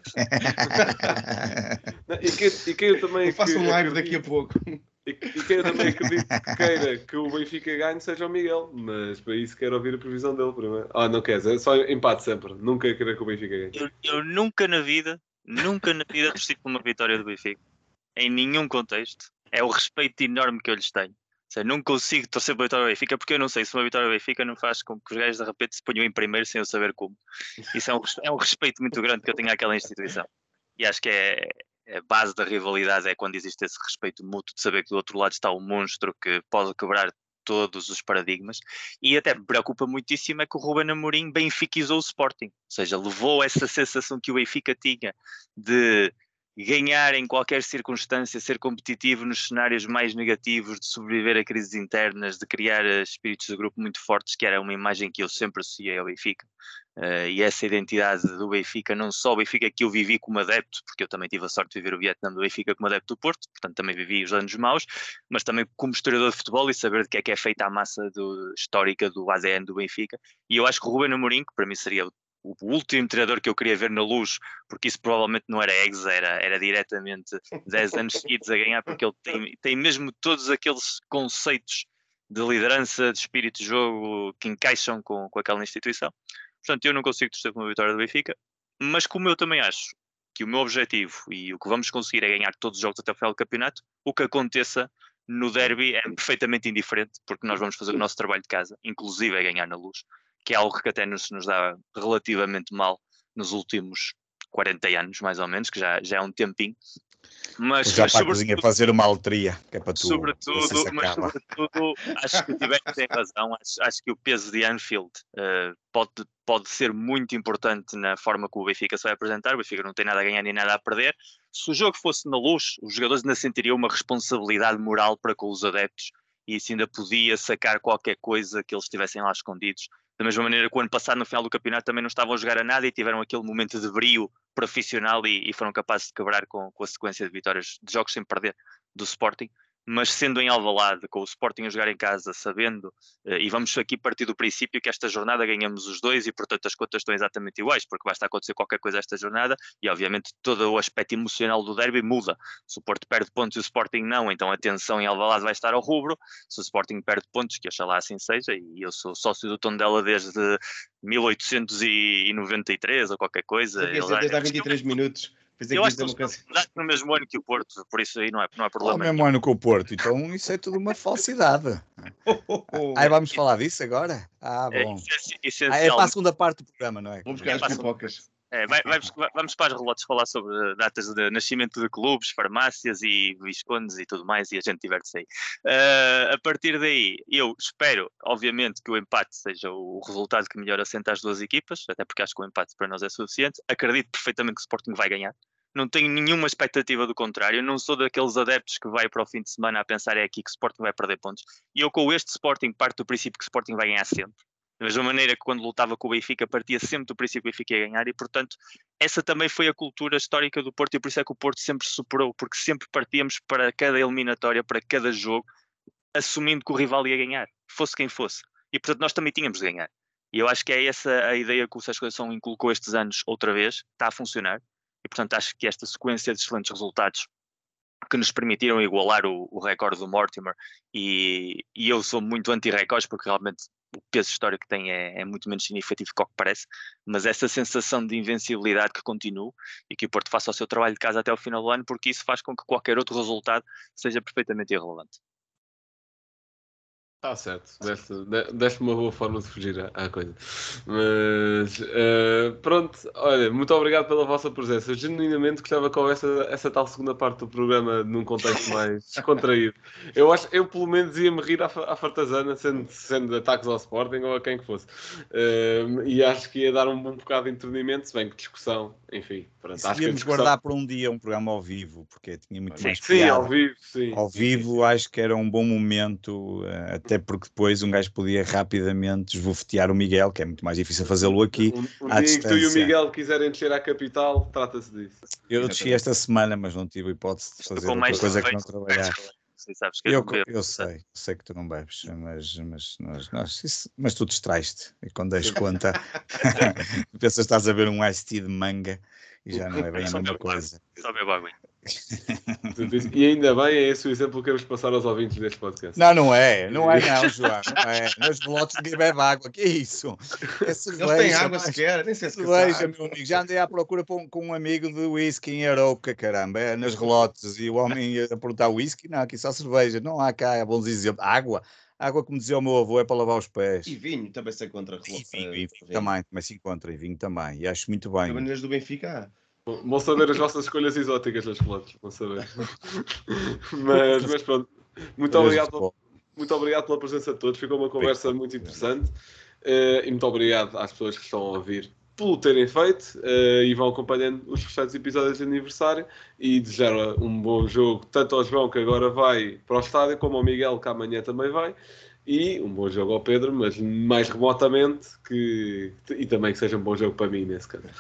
E quem eu também Eu faço um live daqui a acredito, pouco. e quem eu também acredito que queira que o Benfica ganhe seja o Miguel, mas para isso quero ouvir a previsão dele primeiro. Não queres, é só empate sempre. Nunca querer que o Benfica ganhe. Eu nunca na vida torci por uma vitória do Benfica. Em nenhum contexto. É o respeito enorme que eu lhes tenho. Ou seja, não consigo torcer pela vitória do Benfica porque eu não sei se uma vitória do Benfica não faz com que os gajos de repente se ponham em primeiro sem eu saber como. Isso é um respeito muito grande que eu tenho àquela instituição. E acho que é a base da rivalidade é quando existe esse respeito mútuo de saber que do outro lado está um monstro que pode quebrar todos os paradigmas. E até me preocupa muitíssimo é que o Ruben Amorim benfiquizou o Sporting. Ou seja, levou essa sensação que o Benfica tinha de ganhar em qualquer circunstância, ser competitivo nos cenários mais negativos, de sobreviver a crises internas, de criar espíritos de grupo muito fortes, que era uma imagem que eu sempre associei ao Benfica. E essa identidade do Benfica, não só o Benfica que eu vivi como adepto, porque eu também tive a sorte de viver o Vietnã do Benfica como adepto do Porto, portanto também vivi os anos maus, mas também como historiador de futebol e saber de que é feita a massa histórica do ADN do Benfica. E eu acho que o Ruben Amorim, que para mim seria o último treinador que eu queria ver na Luz, porque isso provavelmente não era eggs, era diretamente 10 anos seguidos a ganhar, porque ele tem mesmo todos aqueles conceitos de liderança, de espírito de jogo que encaixam com aquela instituição. Portanto, eu não consigo torcer por uma vitória do Benfica, mas como eu também acho que o meu objetivo e o que vamos conseguir é ganhar todos os jogos até o final do campeonato, o que aconteça no derby é perfeitamente indiferente, porque nós vamos fazer o nosso trabalho de casa, inclusive é ganhar na Luz, que é algo que até nos dá relativamente mal nos últimos 40 anos, mais ou menos, que já é um tempinho. Mas já para a cozinha fazer uma loteria, que é para tu. Sobretudo, acho que o Tibete tem razão. Acho que o peso de Anfield pode ser muito importante na forma que o Benfica se vai apresentar. O Benfica não tem nada a ganhar nem nada a perder. Se o jogo fosse na Luz, os jogadores ainda sentiriam uma responsabilidade moral para com os adeptos e isso ainda podia sacar qualquer coisa que eles tivessem lá escondidos. Da mesma maneira que o ano passado, no final do campeonato, também não estavam a jogar a nada e tiveram aquele momento de brio profissional e foram capazes de quebrar com a sequência de vitórias de jogos sem perder do Sporting. Mas sendo em Alvalade, com o Sporting a jogar em casa, sabendo, e vamos aqui partir do princípio que esta jornada ganhamos os dois e portanto as contas estão exatamente iguais, porque basta acontecer qualquer coisa esta jornada e obviamente todo o aspecto emocional do derby muda. Se o Porto perde pontos e o Sporting não, então a tensão em Alvalade vai estar ao rubro. Se o Sporting perde pontos, que oxalá assim seja, e eu sou sócio do Tondela desde 1893 ou qualquer coisa. Desde há 23 minutos. Eu acho que eles estão no mesmo ano que o Porto, por isso aí não é problema. No mesmo ano que o Porto, então isso é tudo uma falsidade. Aí vamos falar disso agora? Bom. É para a segunda parte do programa, não é? Vamos buscar as pipocas. Vamos para as relotes falar sobre datas de nascimento de clubes, farmácias e viscondes e tudo mais, e a gente diverte-se aí. A partir daí, eu espero, obviamente, que o empate seja o resultado que melhor assenta as duas equipas, até porque acho que o empate para nós é suficiente. Acredito perfeitamente que o Sporting vai ganhar. Não tenho nenhuma expectativa do contrário. Não sou daqueles adeptos que vai para o fim de semana a pensar é aqui que o Sporting vai perder pontos. E eu com este Sporting parto do princípio que o Sporting vai ganhar sempre. Da mesma maneira que quando lutava com o Benfica partia sempre do princípio que o Benfica ia ganhar e, portanto, essa também foi a cultura histórica do Porto e por isso é que o Porto sempre se superou, porque sempre partíamos para cada eliminatória, para cada jogo, assumindo que o rival ia ganhar, fosse quem fosse. E, portanto, nós também tínhamos de ganhar. E eu acho que é essa a ideia que o Sérgio Conceição inculcou estes anos outra vez, está a funcionar. E, portanto, acho que esta sequência de excelentes resultados que nos permitiram igualar o recorde do Mortimer e eu sou muito anti-recordes porque realmente o peso histórico que tem é muito menos significativo que o que parece, mas essa sensação de invencibilidade que continua e que o Porto faça o seu trabalho de casa até o final do ano, porque isso faz com que qualquer outro resultado seja perfeitamente irrelevante. Está certo, deste uma boa forma de fugir à coisa. Mas pronto, olha, muito obrigado pela vossa presença. Genuinamente gostava que houvesse essa tal segunda parte do programa num contexto mais descontraído. Eu pelo menos ia-me rir à fartazana, sendo ataques ao Sporting ou a quem que fosse. E acho que ia dar um bocado de entretenimento, se bem que discussão, enfim. Pronto, acho que devíamos guardar por um dia um programa ao vivo, porque tinha muito mais sim, piada. ao vivo, sim. Ao vivo acho que era um bom momento, até porque depois um gajo podia rapidamente esbofetear o Miguel, que é muito mais difícil fazê-lo aqui à dia em que tu e o distância. Miguel quiserem descer à capital, trata-se disso. Eu desci esta semana, mas não tive hipótese de fazer outra coisa que não trabalhar. Eu sei que tu não bebes, mas tu distrais-te e quando dás conta pensas que estás a ver um iced tea de manga e já não é bem a mesma coisa. Só bebo água. E ainda bem, é esse o exemplo que queremos passar aos ouvintes deste podcast. Não é, João, não é. Nos blotes ninguém bebe água, que é isso? É cerveja, eles têm água sequer, nem sei se cerveja, meu amigo. Já andei à procura com um amigo de whisky em Arouca, caramba, nas relotes, e o homem ia perguntar whisky, não, aqui só cerveja, não há cá, é bons exemplos. Água, como dizia o meu avô, é para lavar os pés. E vinho também se encontra. E vinho também se encontra, e vinho também, e acho muito bem. Maneiras do Benfica. Vão saber as vossas escolhas exóticas nas relotes, vão saber. mas pronto, muito obrigado pela presença de todos, ficou uma conversa muito interessante e muito obrigado às pessoas que estão a ouvir por terem feito e vão acompanhando os restantes episódios de aniversário e desejar um bom jogo tanto ao João, que agora vai para o estádio, como ao Miguel, que amanhã também vai, e um bom jogo ao Pedro, mas mais remotamente, e também que seja um bom jogo para mim nesse caso.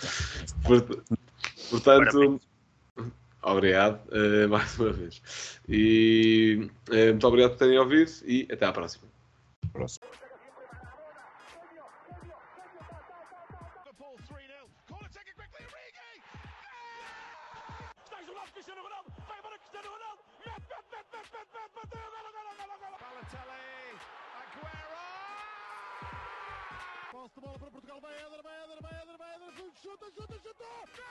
Portanto, obrigado mais uma vez. E muito obrigado por terem ouvido e até à próxima. Posse de bola para Portugal, vai Éder, chuta!